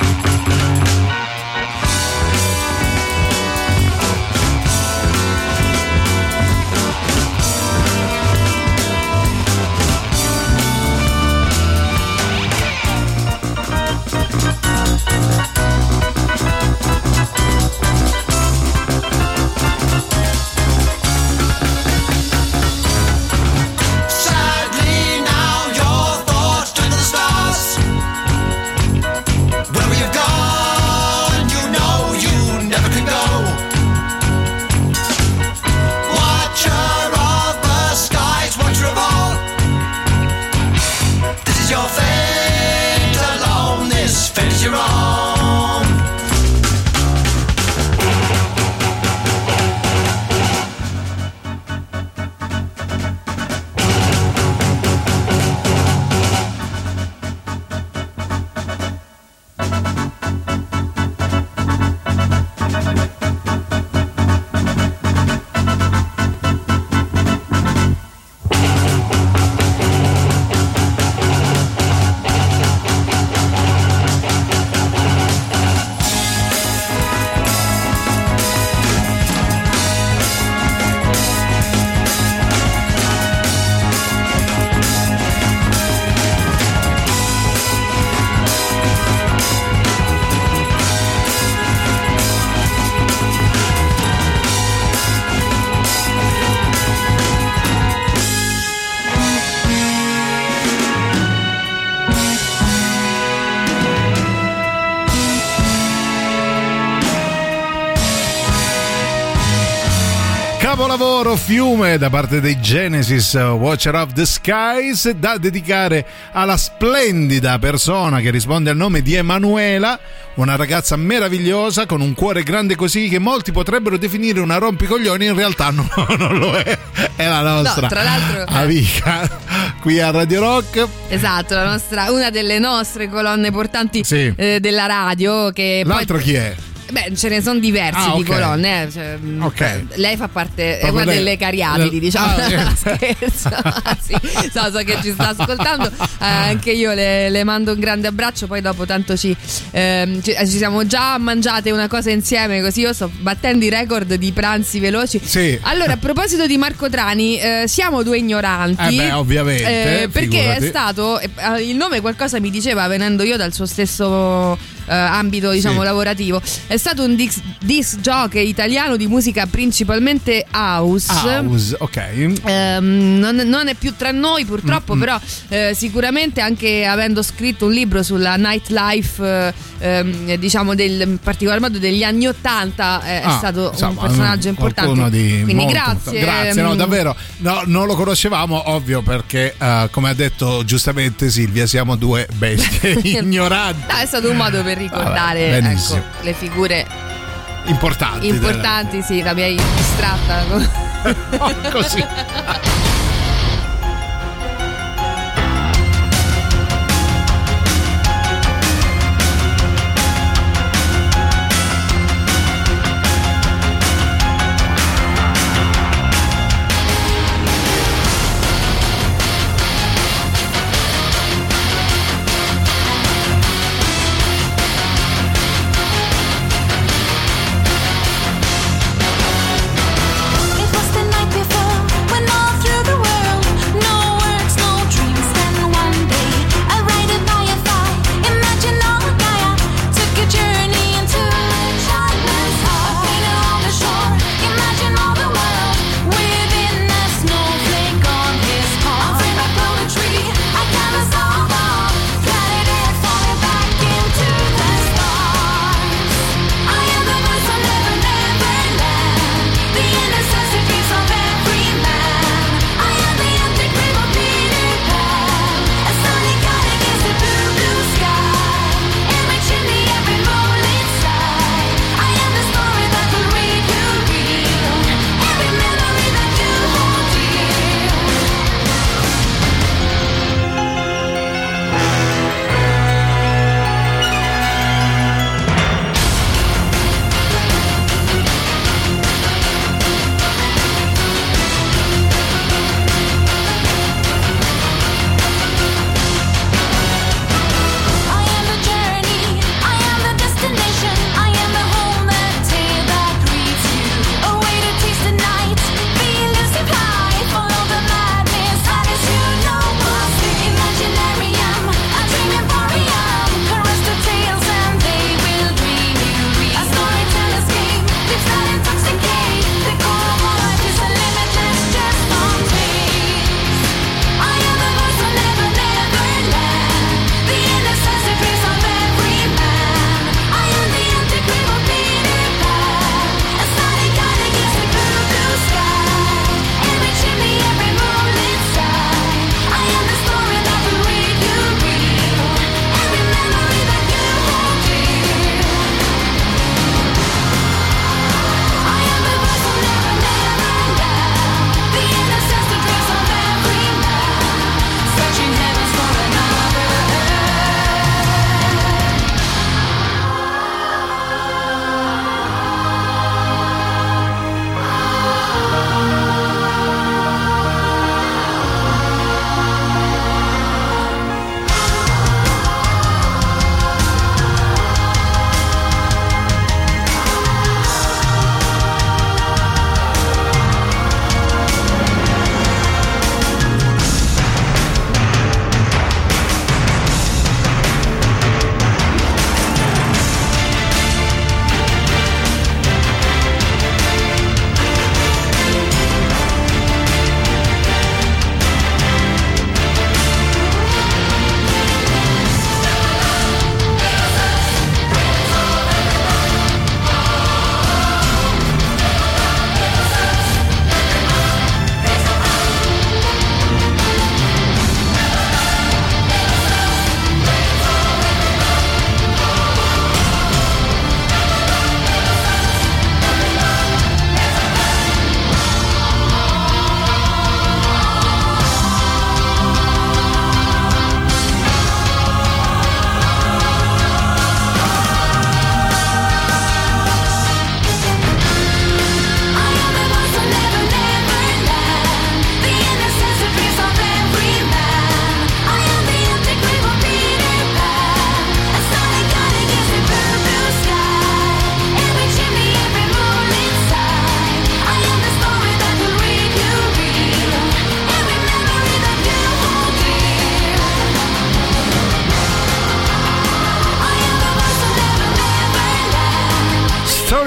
Capolavoro Fiume da parte dei Genesis, Watcher of the Skies, da dedicare alla splendida persona che risponde al nome di Emanuela, una ragazza meravigliosa con un cuore grande così che molti potrebbero definire una rompicoglioni, in realtà no, non lo è, è la nostra no, tra l'altro, amica qui a Radio Rock. Esatto, la nostra, una delle nostre colonne portanti, sì. eh, della radio. Che l'altro poi... chi è? Beh, ce ne sono diversi ah, di okay. colonne. Eh. Cioè, okay. Lei fa parte, Proprio è una lei, delle cariatidi, le, diciamo. Ah, Scherzo. sì, so, so che ci sta ascoltando. Eh, anche io le, le mando un grande abbraccio. Poi dopo tanto ci, ehm, ci, ci siamo già mangiate una cosa insieme, così io sto battendo i record di pranzi veloci. Sì. Allora, a proposito di Marco Trani, eh, siamo due ignoranti. Eh beh, ovviamente. Eh, perché figurati. è stato, eh, il nome qualcosa mi diceva venendo io dal suo stesso eh, ambito diciamo Sì. lavorativo. È stato un disc, disc jockey italiano di musica principalmente house. House, ok. Ehm, non, non è più tra noi purtroppo, Mm-mm. però eh, sicuramente anche avendo scritto un libro sulla nightlife eh, ehm, diciamo del, in particolar modo degli anni ottanta eh, Ah, è stato insomma, un personaggio qualcuno importante. di Quindi molto grazie. grazie, no, ehm, davvero no, non lo conoscevamo, ovvio, perché eh, come ha detto giustamente Silvia, siamo due bestie ignoranti. No, è stato un modo per ricordare Vabbè, benissimo. ecco, le figure Importanti. importanti, sì, la mia distratta. Così. It was the night before when all through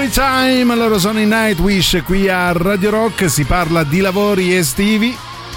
Time, loro sono i Nightwish qui a Radio Rock, si parla di lavori estivi.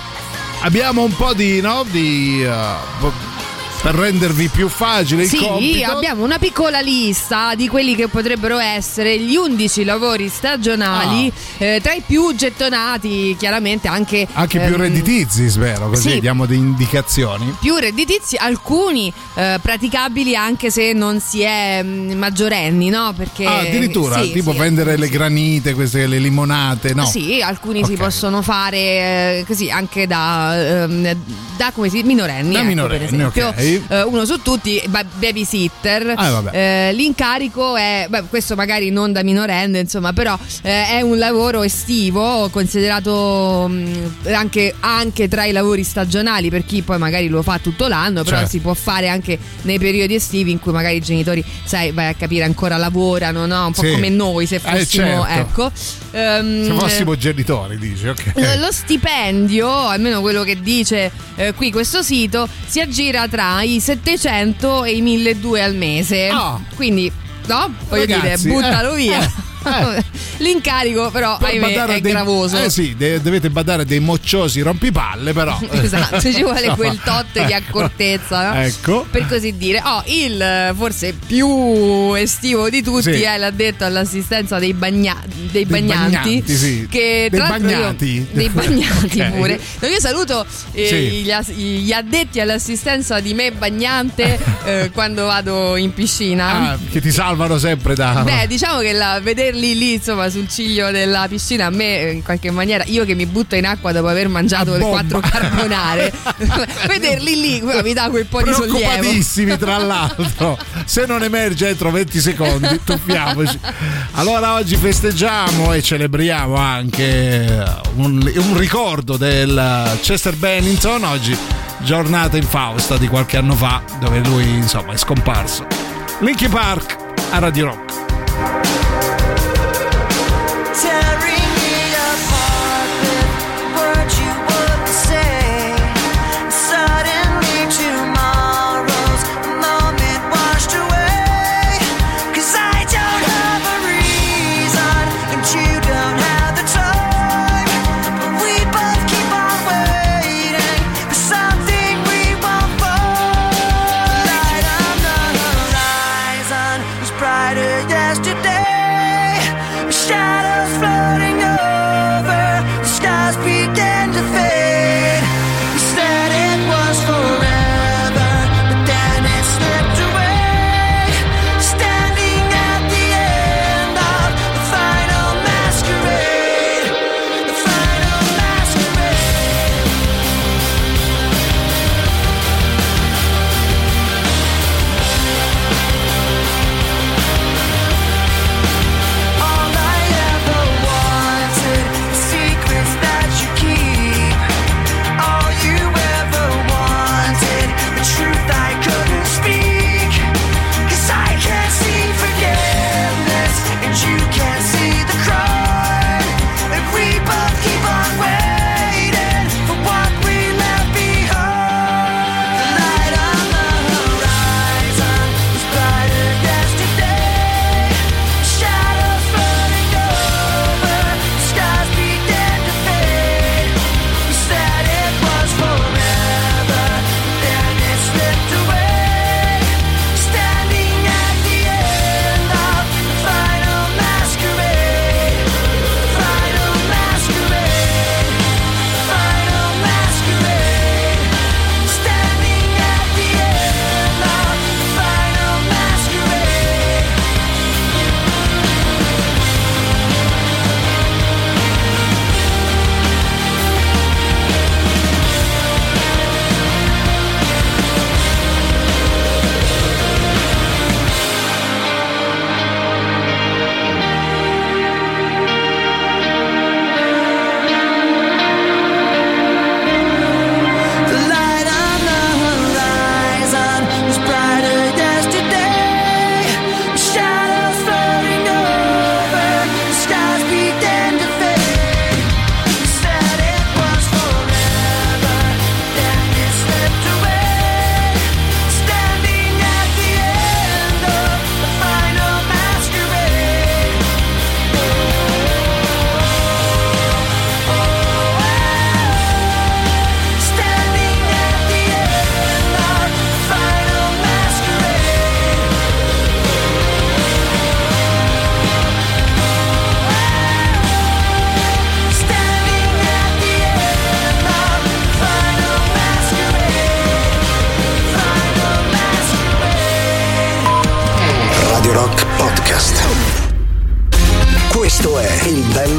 Abbiamo un po' di, no, di uh, per rendervi più facile il sì, compito. Sì, abbiamo una piccola lista di quelli che potrebbero essere gli undici lavori stagionali, ah. eh, tra i più gettonati, chiaramente anche anche ehm, più redditizi, spero, così sì, diamo delle indicazioni. Più redditizi, alcuni eh, praticabili anche se non si è mh, maggiorenni, no? Perché ah, addirittura, sì, tipo sì, vendere sì. le granite, queste le limonate, no? Sì, alcuni okay. si possono fare eh, così anche da, ehm, da come si minorenni, da ecco, minorenni, per esempio. Okay. Uh, uno su tutti, babysitter. Ah, uh, l'incarico è, beh, questo magari non da minorenne, insomma, però uh, è un lavoro estivo considerato um, anche, anche tra i lavori stagionali per chi poi magari lo fa tutto l'anno, però certo. si può fare anche nei periodi estivi in cui magari i genitori, sai, vai a capire, ancora lavorano, no? Un po' sì. come noi se fossimo, eh, certo. ecco. Um, se fossimo genitori, dici, ok. Lo stipendio, almeno quello che dice eh, qui questo sito, si aggira tra i settecento e i milleduecento al mese. Oh. Quindi, no? Voglio Ragazzi, dire, buttalo eh, via. Eh. L'incarico però per ahimè, è dei, gravoso. Eh sì, de- dovete badare dei mocciosi rompipalle, però. Esatto, ci vuole quel tot di accortezza, no? Ecco. Per così dire. Oh, il forse più estivo di tutti sì. è l'addetto all'assistenza dei, bagna- dei, dei bagnanti, bagnanti sì. che dei tra bagnati io, dei bagnati okay. pure. No, io saluto eh, sì. gli, as- gli addetti all'assistenza di me bagnante eh, quando vado in piscina. Ah, che ti salvano sempre da. Beh, diciamo che la, vederli lì, insomma, sul ciglio della piscina, a me in qualche maniera, io che mi butto in acqua dopo aver mangiato le quattro carbonare, vederli lì mi dà quel po' di sollievo. Preoccupatissimi, tra l'altro. Se non emerge entro venti secondi, tuffiamoci. Allora oggi festeggiamo e celebriamo anche un, un ricordo del Chester Bennington. Oggi giornata infausta di qualche anno fa, dove lui insomma è scomparso. Linkin Park a Radio Rock. Shadows floating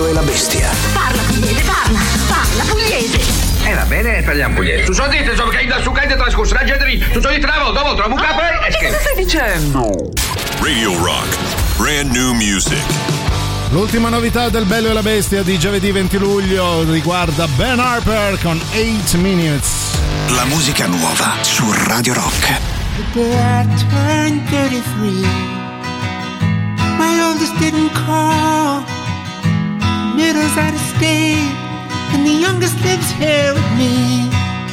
bello e la bestia. Parla pugliese, parla, parla pugliese. Eh va bene, parliamo pugliese. Tu so dite, insomma, che da su caide trascorso la gente lì. Tu so dite una volta, dopo trovo un capo e che stai dicendo? Radio Rock, brand new music. L'ultima novità del Bello e la Bestia di giovedì venti luglio riguarda Ben Harper con eight minutes. La musica nuova su Radio Rock. The day I turned thirty-three, my oldest didn't call. Middle's out of state, and the youngest lives here with me.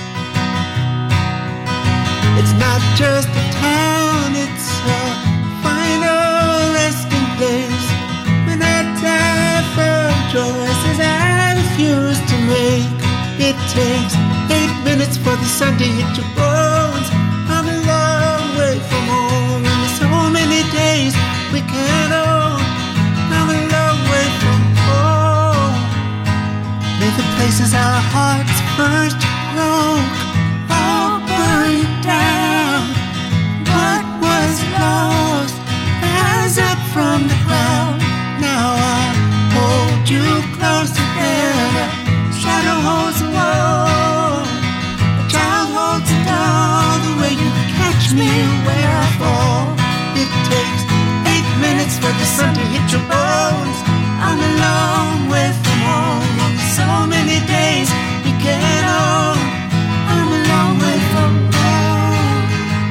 It's not just a town, it's a final resting place. When I die from choices I refuse to make, it takes eight minutes for the sun to hit your bones. I'm a long way from home, and there's so many days we can't own. I'm a long way from home. May the places our hearts first broke all burn down. What was lost rise up from the ground. Now I hold you closer than a shadow holds a wall. A child holds a doll the way you catch me where I fall. It takes eight minutes for the sun to hit your bones. I'm a long way from home. On so many days we get on. I'm a long way from home.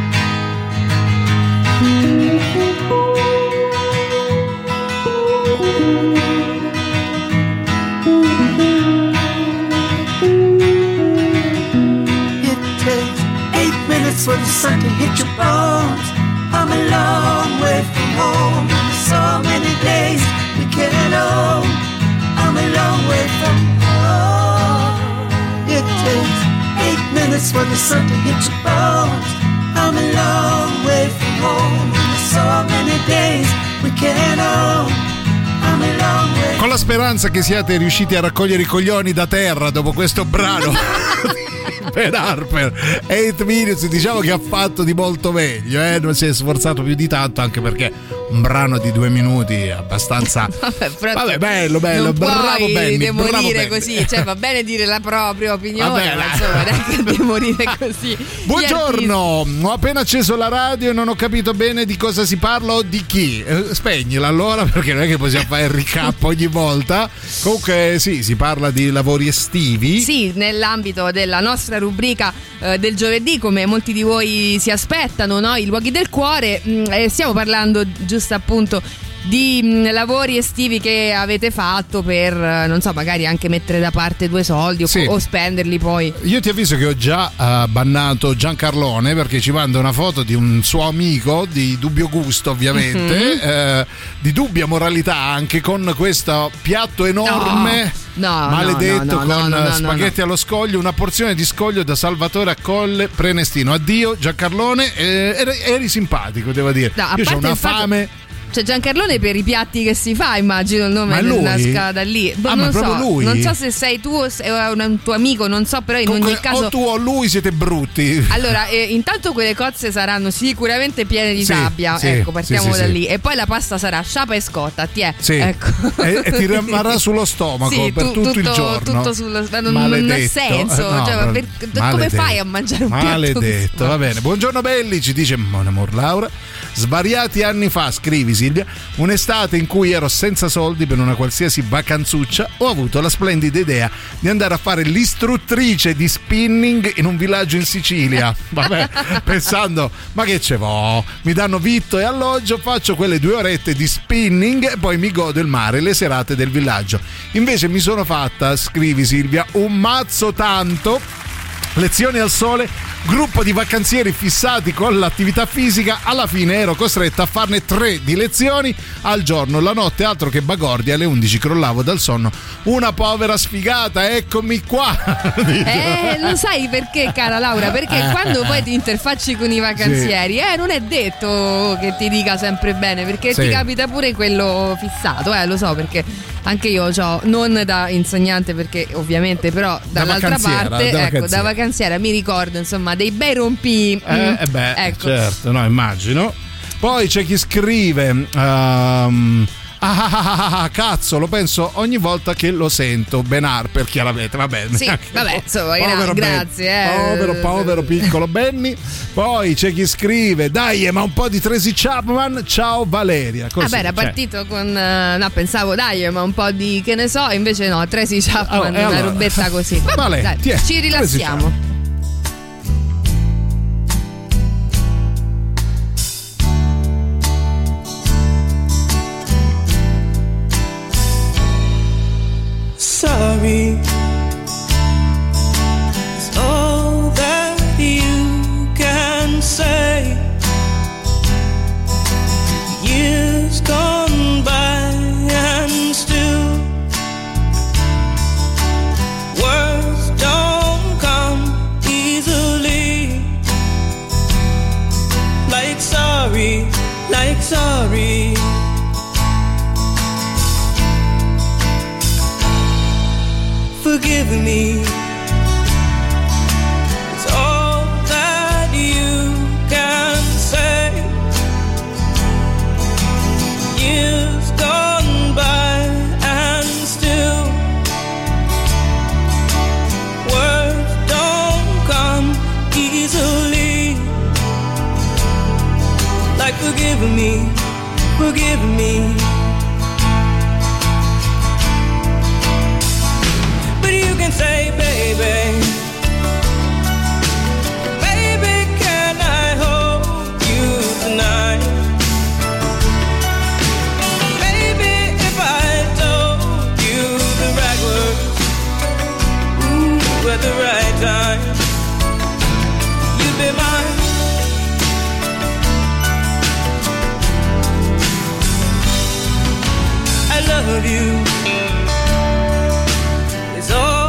It takes eight minutes for the sun to hit your bones. I'm a long way from home. So many days we can't own. I'm a long way from home. It takes eight minutes for the sun to hit your bones. I'm a long way from home. So many days we can't own. I'm a long way. Con la speranza che siate riusciti a raccogliere i coglioni da terra dopo questo brano. Per Harper eight minutes, diciamo che ha fatto di molto meglio, eh? Non si è sforzato più di tanto, anche perché un brano di due minuti è abbastanza vabbè, vabbè bello bello non bravo puoi Benny, demorire bravo così, cioè va bene dire la propria opinione, vabbè, ma insomma neanche demorire così. Buongiorno, ho appena acceso la radio e non ho capito bene di cosa si parla o di chi. Eh, spegnila allora, perché non è che possiamo fare il recap ogni volta. Comunque sì, si parla di lavori estivi. Sì, nell'ambito della nostra rubrica eh, del giovedì, come molti di voi si aspettano, no? I luoghi del cuore. Mh, eh, stiamo parlando giusto appunto di mh, lavori estivi che avete fatto per, non so, magari anche mettere da parte due soldi o, sì. o spenderli poi. Io ti avviso che ho già uh, bannato Giancarlone, perché ci manda una foto di un suo amico di dubbio gusto, ovviamente, mm-hmm. eh, di dubbia moralità, anche con questo piatto enorme, no, no, maledetto, no, no, no, con no, no, spaghetti no. allo scoglio, una porzione di scoglio da Salvatore a Colle Prenestino. Addio Giancarlone, eh, eri, eri simpatico, devo dire. No, io c'ho una fame. C'è Giancarlone per i piatti che si fa, immagino il nome nasca da lì. Ah, non ma so, proprio lui? non so se sei tu o se è un tuo amico, non so, però in Comunque, ogni caso o tu o lui siete brutti. Allora, eh, intanto quelle cozze saranno sicuramente piene di sì, sabbia, sì, ecco, partiamo sì, da sì, lì. sì. E poi la pasta sarà sciapa e scotta, ti è. Sì. Ecco. E, e ti rimarrà sullo stomaco sì, per tu, tutto, tutto il giorno. Tutto sullo non, maledetto. non ha senso, no, cioè, ma per, come fai a mangiare un maledetto. piatto? Va bene. Buongiorno belli, ci dice Mon Amour Laura. Svariati anni fa, scrivi Silvia, un'estate in cui ero senza soldi per una qualsiasi vacanzuccia, ho avuto la splendida idea di andare a fare l'istruttrice di spinning in un villaggio in Sicilia. Vabbè, pensando, ma che ce vo? Mi danno vitto e alloggio, faccio quelle due orette di spinning e poi mi godo il mare, le serate del villaggio. Invece mi sono fatta, scrivi Silvia, un mazzo tanto. Lezioni al sole, gruppo di vacanzieri fissati con l'attività fisica, alla fine ero costretta a farne tre di lezioni al giorno, la notte altro che bagordi, alle undici crollavo dal sonno, una povera sfigata, eccomi qua. Eh, lo sai perché, cara Laura? Perché eh, quando poi ti interfacci con i vacanzieri, sì. eh, non è detto che ti dica sempre bene, perché sì. ti capita pure quello fissato, eh, lo so, perché anche io ho, non da insegnante, perché ovviamente, però dall'altra da parte, da ecco, da vacanziera mi ricordo, insomma, dei bei rompi. Eh, mm, eh beh, ecco. certo, no, immagino. Poi c'è chi scrive um, Ah, ah, ah, ah, cazzo, lo penso ogni volta che lo sento. Ben Harper, chiaramente, vabbè. Sì, vabbè, insomma, povero grazie. Eh. Povero, povero piccolo Benny. Poi c'è chi scrive: dai, ma un po' di Tracy Chapman. Ciao Valeria. Così, vabbè, era cioè. partito con uh, no, pensavo dai, ma un po' di che ne so, invece no, Tracy Chapman, oh, una allora. robetta così. Vabbè, vale, dai, tiè, ci rilassiamo. Sorry is all that you can say. Years gone by and still words don't come easily. Like sorry, like sorry. Forgive me. It's all that you can say. Years gone by and still words don't come easily. Like forgive me, forgive me. Say, baby, baby, can I hold you tonight? Baby, if I told you the right words, ooh, at the right time, you'd be mine. I love you. It's all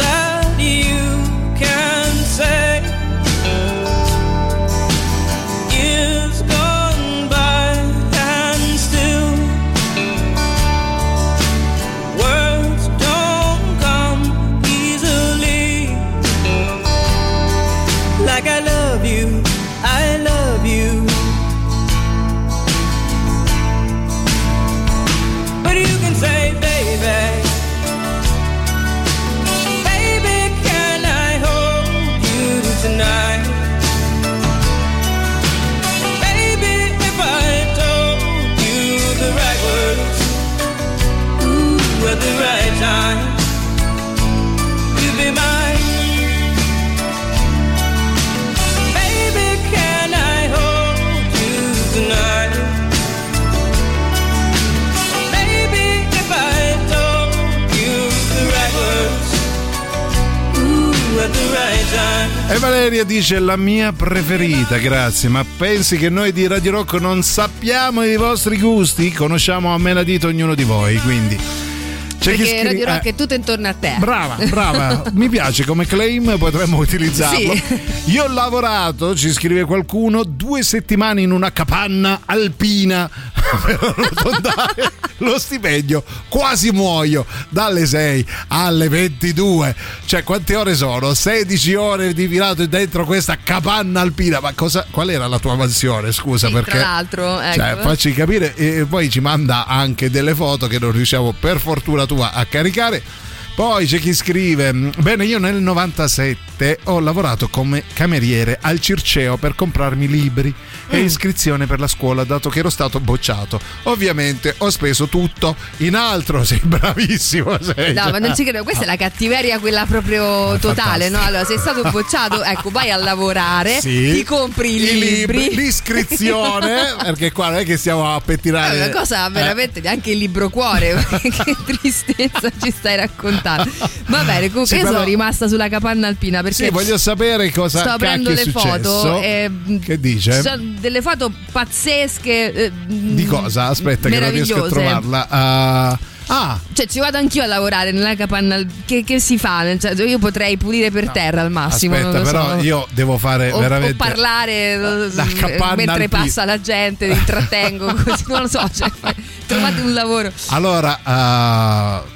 E Valeria dice la mia preferita, grazie, ma pensi che noi di Radio Rock non sappiamo i vostri gusti? Conosciamo a menadito ognuno di voi, quindi c'è perché chi scri- Radio Rock eh, è tutto intorno a te. Brava, brava, mi piace come claim, potremmo utilizzarlo. Sì. Io ho lavorato, ci scrive qualcuno, due settimane in una capanna alpina per arrotondare lo stipendio, quasi muoio dalle sei alle ventidue. Cioè, quante ore sono? sedici ore di filato dentro questa capanna alpina. Ma cosa, qual era la tua mansione? Scusa, sì, perché tra l'altro, ecco. Cioè, facci capire. E poi ci manda anche delle foto che non riusciamo per fortuna tua a caricare. Poi c'è chi scrive: bene, io nel novantasette ho lavorato come cameriere al Circeo per comprarmi libri e mm. iscrizione per la scuola, dato che ero stato bocciato. Ovviamente ho speso tutto in altro. Sei bravissimo, sei. No, ma non ci credo, questa è la cattiveria quella proprio è totale, fantastico. no? Allora, sei stato bocciato, ecco, vai a lavorare, sì, ti compri i, i libri, libri, l'iscrizione, perché qua non è che stiamo a pettinare. È una cosa veramente eh. neanche il libro cuore. Che tristezza ci stai raccontando. Va bene, comunque sì, io però, sono rimasta sulla capanna alpina perché sì, voglio sapere cosa sto aprendo le foto e, e che dice? Ci sono delle foto pazzesche. Eh, di cosa? Aspetta che non riesco a trovarla. Uh, ah, cioè ci vado anch'io a lavorare nella capanna. Che, che si fa? Nel senso, io potrei pulire per terra al massimo. Aspetta, non lo però so. io devo fare o, veramente o parlare la mentre alpina. passa la gente, mi intrattengo così, non lo so, cioè, trovate un lavoro. Allora, uh,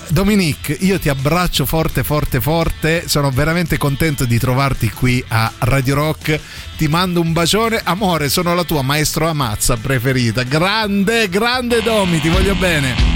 Dominique, io ti abbraccio forte forte forte, sono veramente contento di trovarti qui a Radio Rock, ti mando un bacione, amore, sono la tua Maestro Amazza preferita, grande grande Domi, ti voglio bene.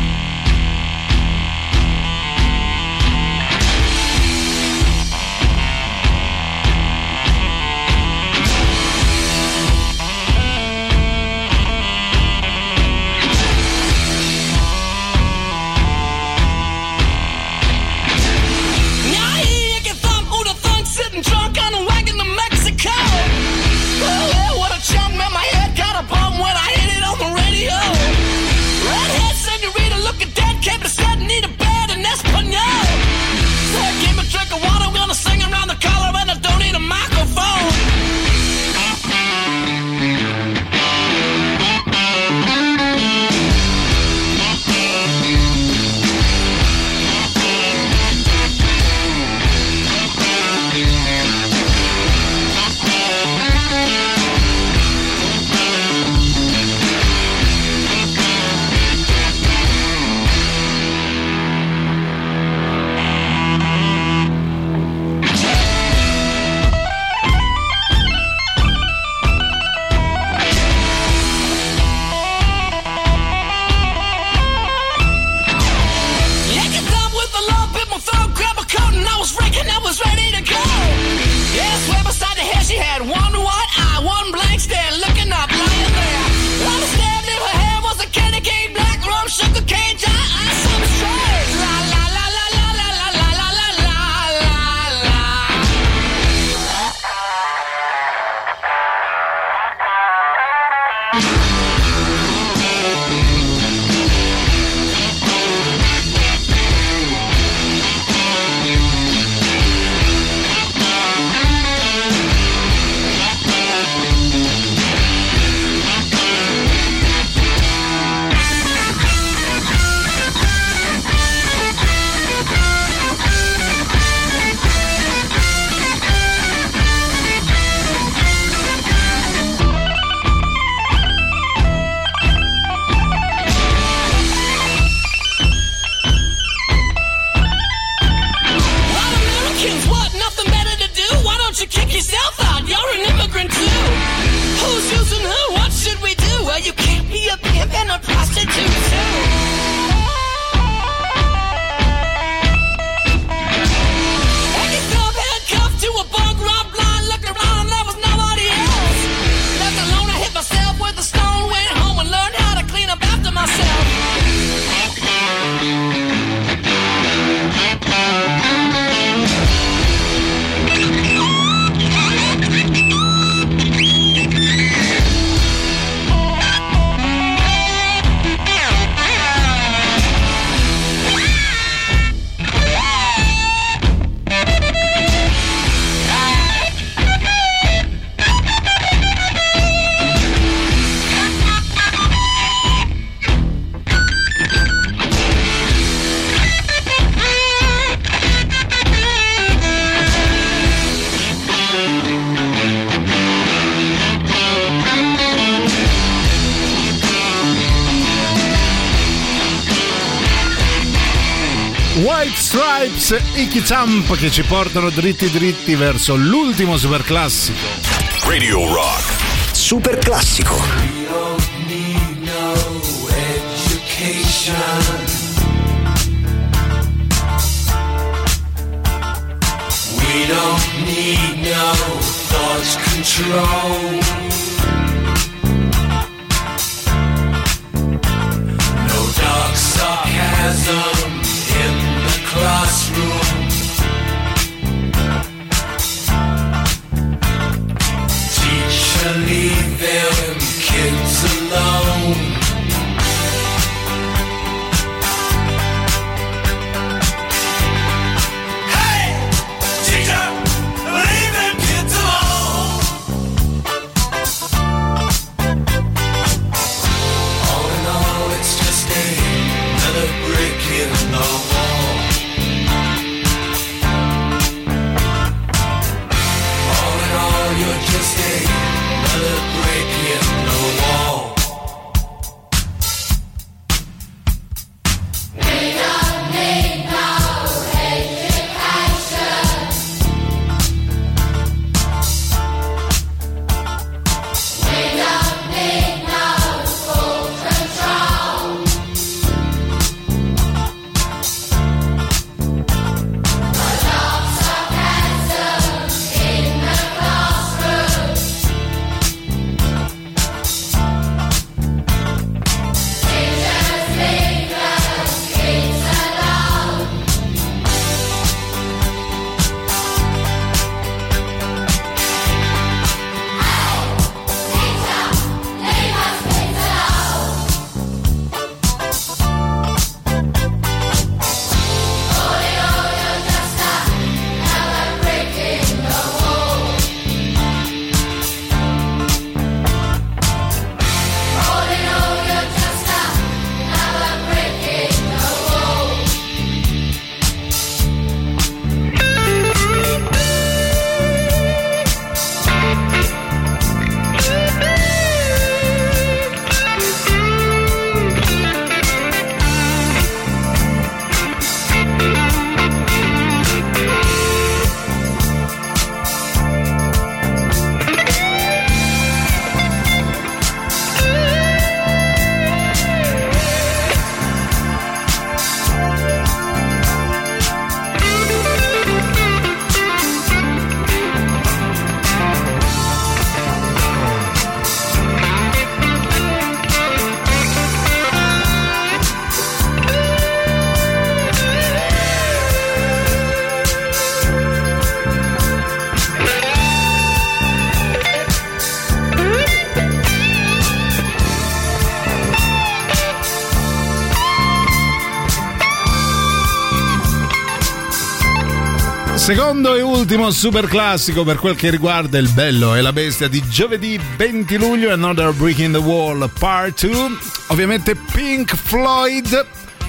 White Stripes, Icky Champ, che ci portano dritti dritti verso l'ultimo super classico. Radio Rock Super classico. We don't need no education. We don't need no thought control. No dark sarcasm in the classroom. Teacher, leave them kids alone. Hey, teacher, leave them kids alone. Secondo e ultimo super classico per quel che riguarda il bello e la bestia di giovedì venti luglio, Another Brick in the Wall Part due, ovviamente Pink Floyd.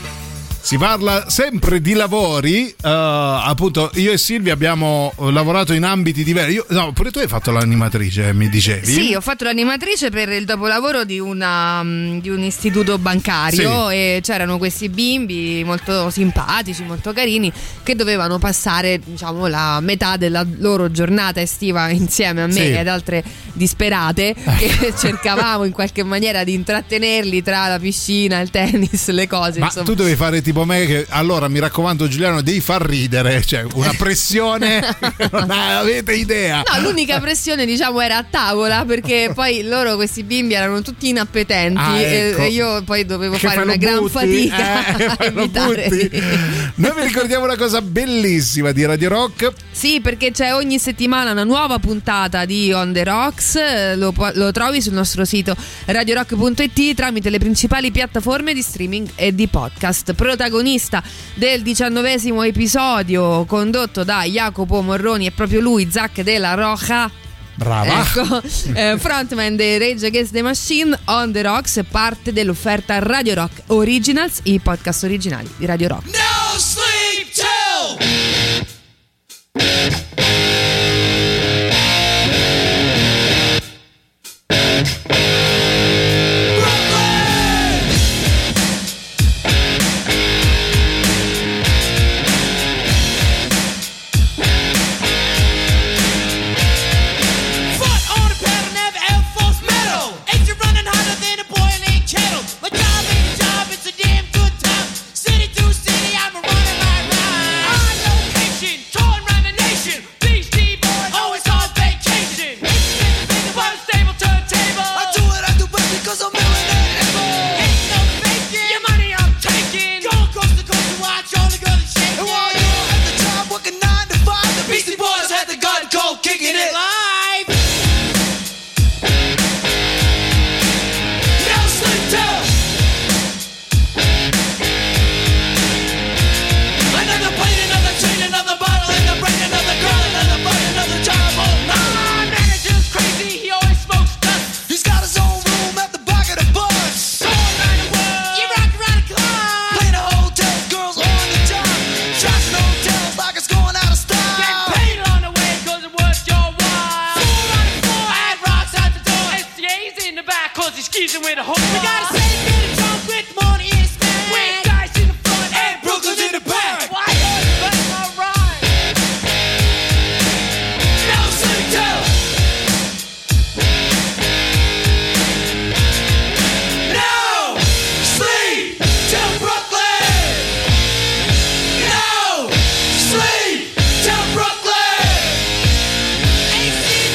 Si parla sempre di lavori, uh, appunto io e Silvia abbiamo lavorato in ambiti diversi. Io, no, pure tu hai fatto l'animatrice, mi dicevi? Sì, ho fatto l'animatrice per il dopolavoro di, una, di un istituto bancario, sì. E c'erano questi bimbi molto simpatici, molto carini, che dovevano passare, diciamo, la metà della loro giornata estiva insieme a me, sì, ed altre disperate che cercavamo in qualche maniera di intrattenerli tra la piscina, il tennis, le cose. Ma insomma. Tu devi fare tipo me che allora mi raccomando Giuliano devi far ridere, cioè una pressione non avete idea. No, l'unica pressione diciamo era a tavola, perché poi loro, questi bimbi, erano tutti inappetenti, ah, ecco. E io poi dovevo che fare una gran butti? fatica eh, a evitare. Noi vi ricordiamo una cosa bellissima di Radio Rock. Sì, perché c'è ogni settimana una nuova puntata di On The Rocks, lo, lo trovi sul nostro sito radio rock punto it tramite le principali piattaforme di streaming e di podcast. Protagonista del diciannovesimo episodio, condotto da Jacopo Morroni, è proprio lui, Zac della Roja. Brava. Ecco, eh, frontman dei Rage Against the Machine. On The Rocks, parte dell'offerta Radio Rock Originals, i podcast originali di Radio Rock. No sleep till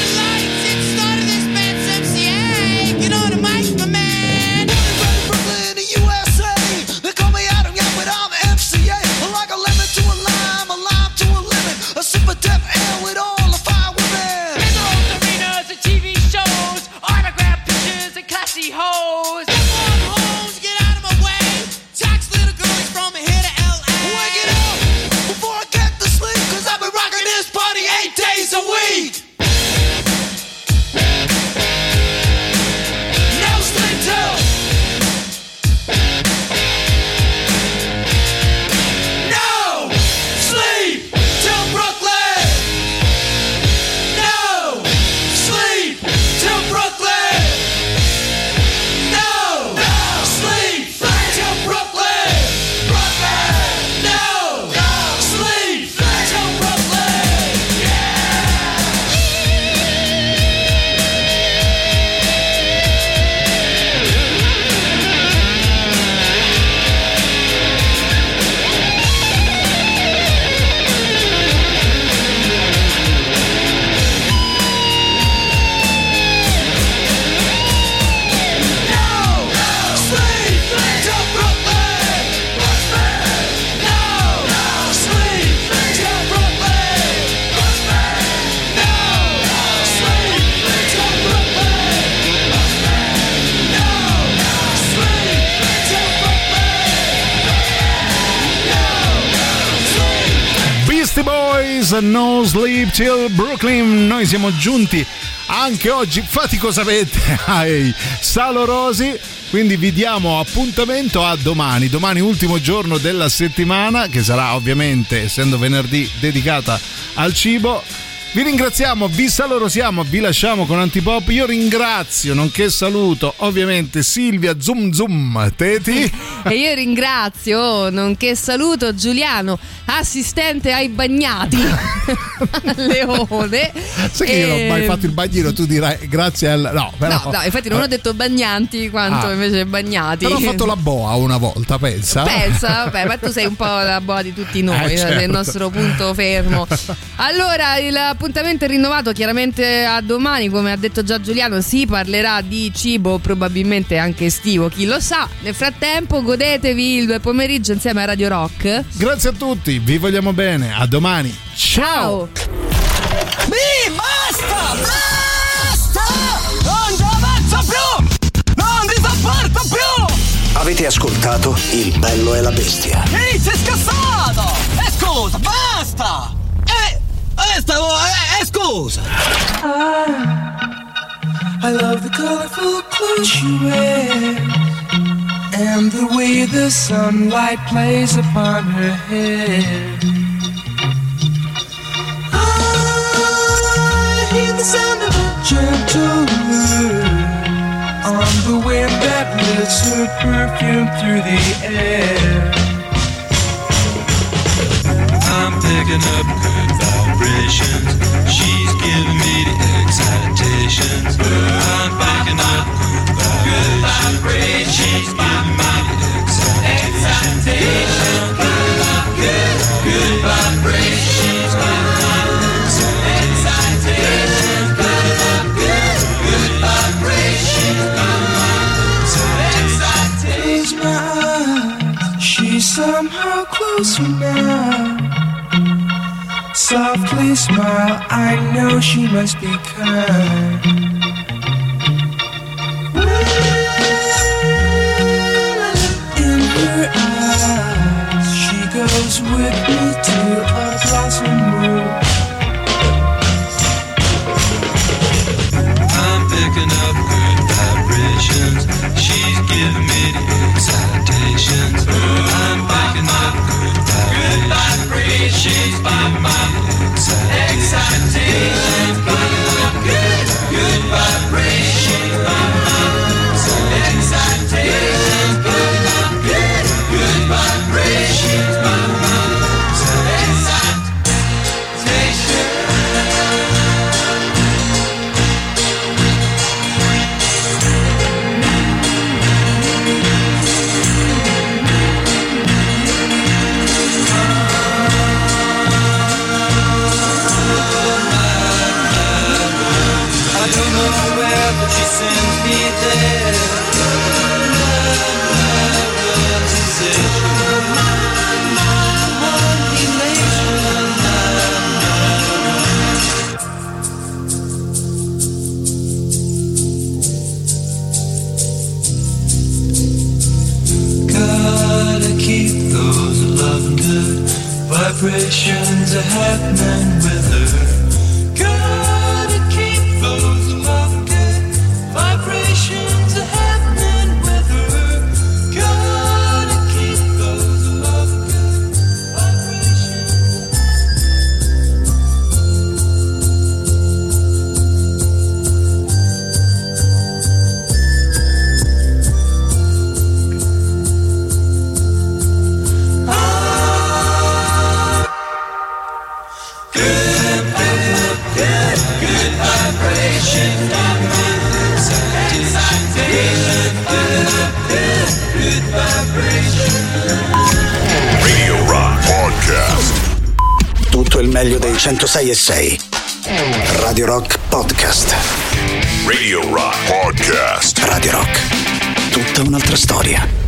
Brooklyn. Breeze, No Sleep Till Brooklyn. Noi siamo giunti anche oggi faticosamente ai Salorosi, quindi vi diamo appuntamento a domani. Domani ultimo giorno della settimana, che sarà ovviamente, essendo venerdì, dedicata al cibo. Vi ringraziamo, vi salorosiamo, vi lasciamo con Antipop. Io ringrazio, nonché saluto, ovviamente Silvia Zoom Zoom Teti. E io ringrazio, nonché saluto Giuliano, assistente ai bagnati a Leone. Sai che e... io non ho mai fatto il bagnino, tu dirai grazie al... No, però... no, no infatti non ho detto bagnanti quanto ah. invece bagnati. Però ho fatto la boa una volta, pensa. Pensa, vabbè, ma tu sei un po' la boa di tutti noi, eh, certo. Del nostro punto fermo. Allora, il appuntamento è rinnovato chiaramente a domani, come ha detto già Giuliano. Si parlerà di cibo, probabilmente anche estivo, chi lo sa. Nel frattempo godetevi il pomeriggio insieme a Radio Rock. Grazie a tutti, vi vogliamo bene, a domani, ciao. Mi basta, basta, non ci avanzo più, non ti sopporto più. Avete ascoltato Il Bello e la Bestia? Ehi, sei scassato, e scusa, basta. Eh, stavo, eh, eh, scusa. I, I love the colorful clothes she wears and the way the sunlight plays upon her hair. I hear the sound of a gentle wind on the wind that lifts her perfume through the air. I'm picking up good vibrations. She's giving me the excitations. I'm picking up good vibrations. She's giving me the excitations. Good, good vibrations. She's giving me the excitations. Good, good vibrations. Close my eyes, she's somehow closer now. Softly smile, I know she must be kind. In her eyes, she goes with me to a blossom room. I'm picking up good vibrations. She's giving me the excitations. I'm picking up good vibrations. She's giving me excitations. Good, good vibrations. Excitations. Good, good vibrations. She sends me there. Gotta keep those loving good vibrations are happening with her. Gotta keep those loving good vibrations are happening with her. Gotta keep those loving good vibrations. Ah, good, good, good, good vibrations. Radio Rock Podcast. Tutto il meglio dei centosei e sei. Radio Rock Podcast. Radio Rock Podcast. Radio Rock. Tutta un'altra storia.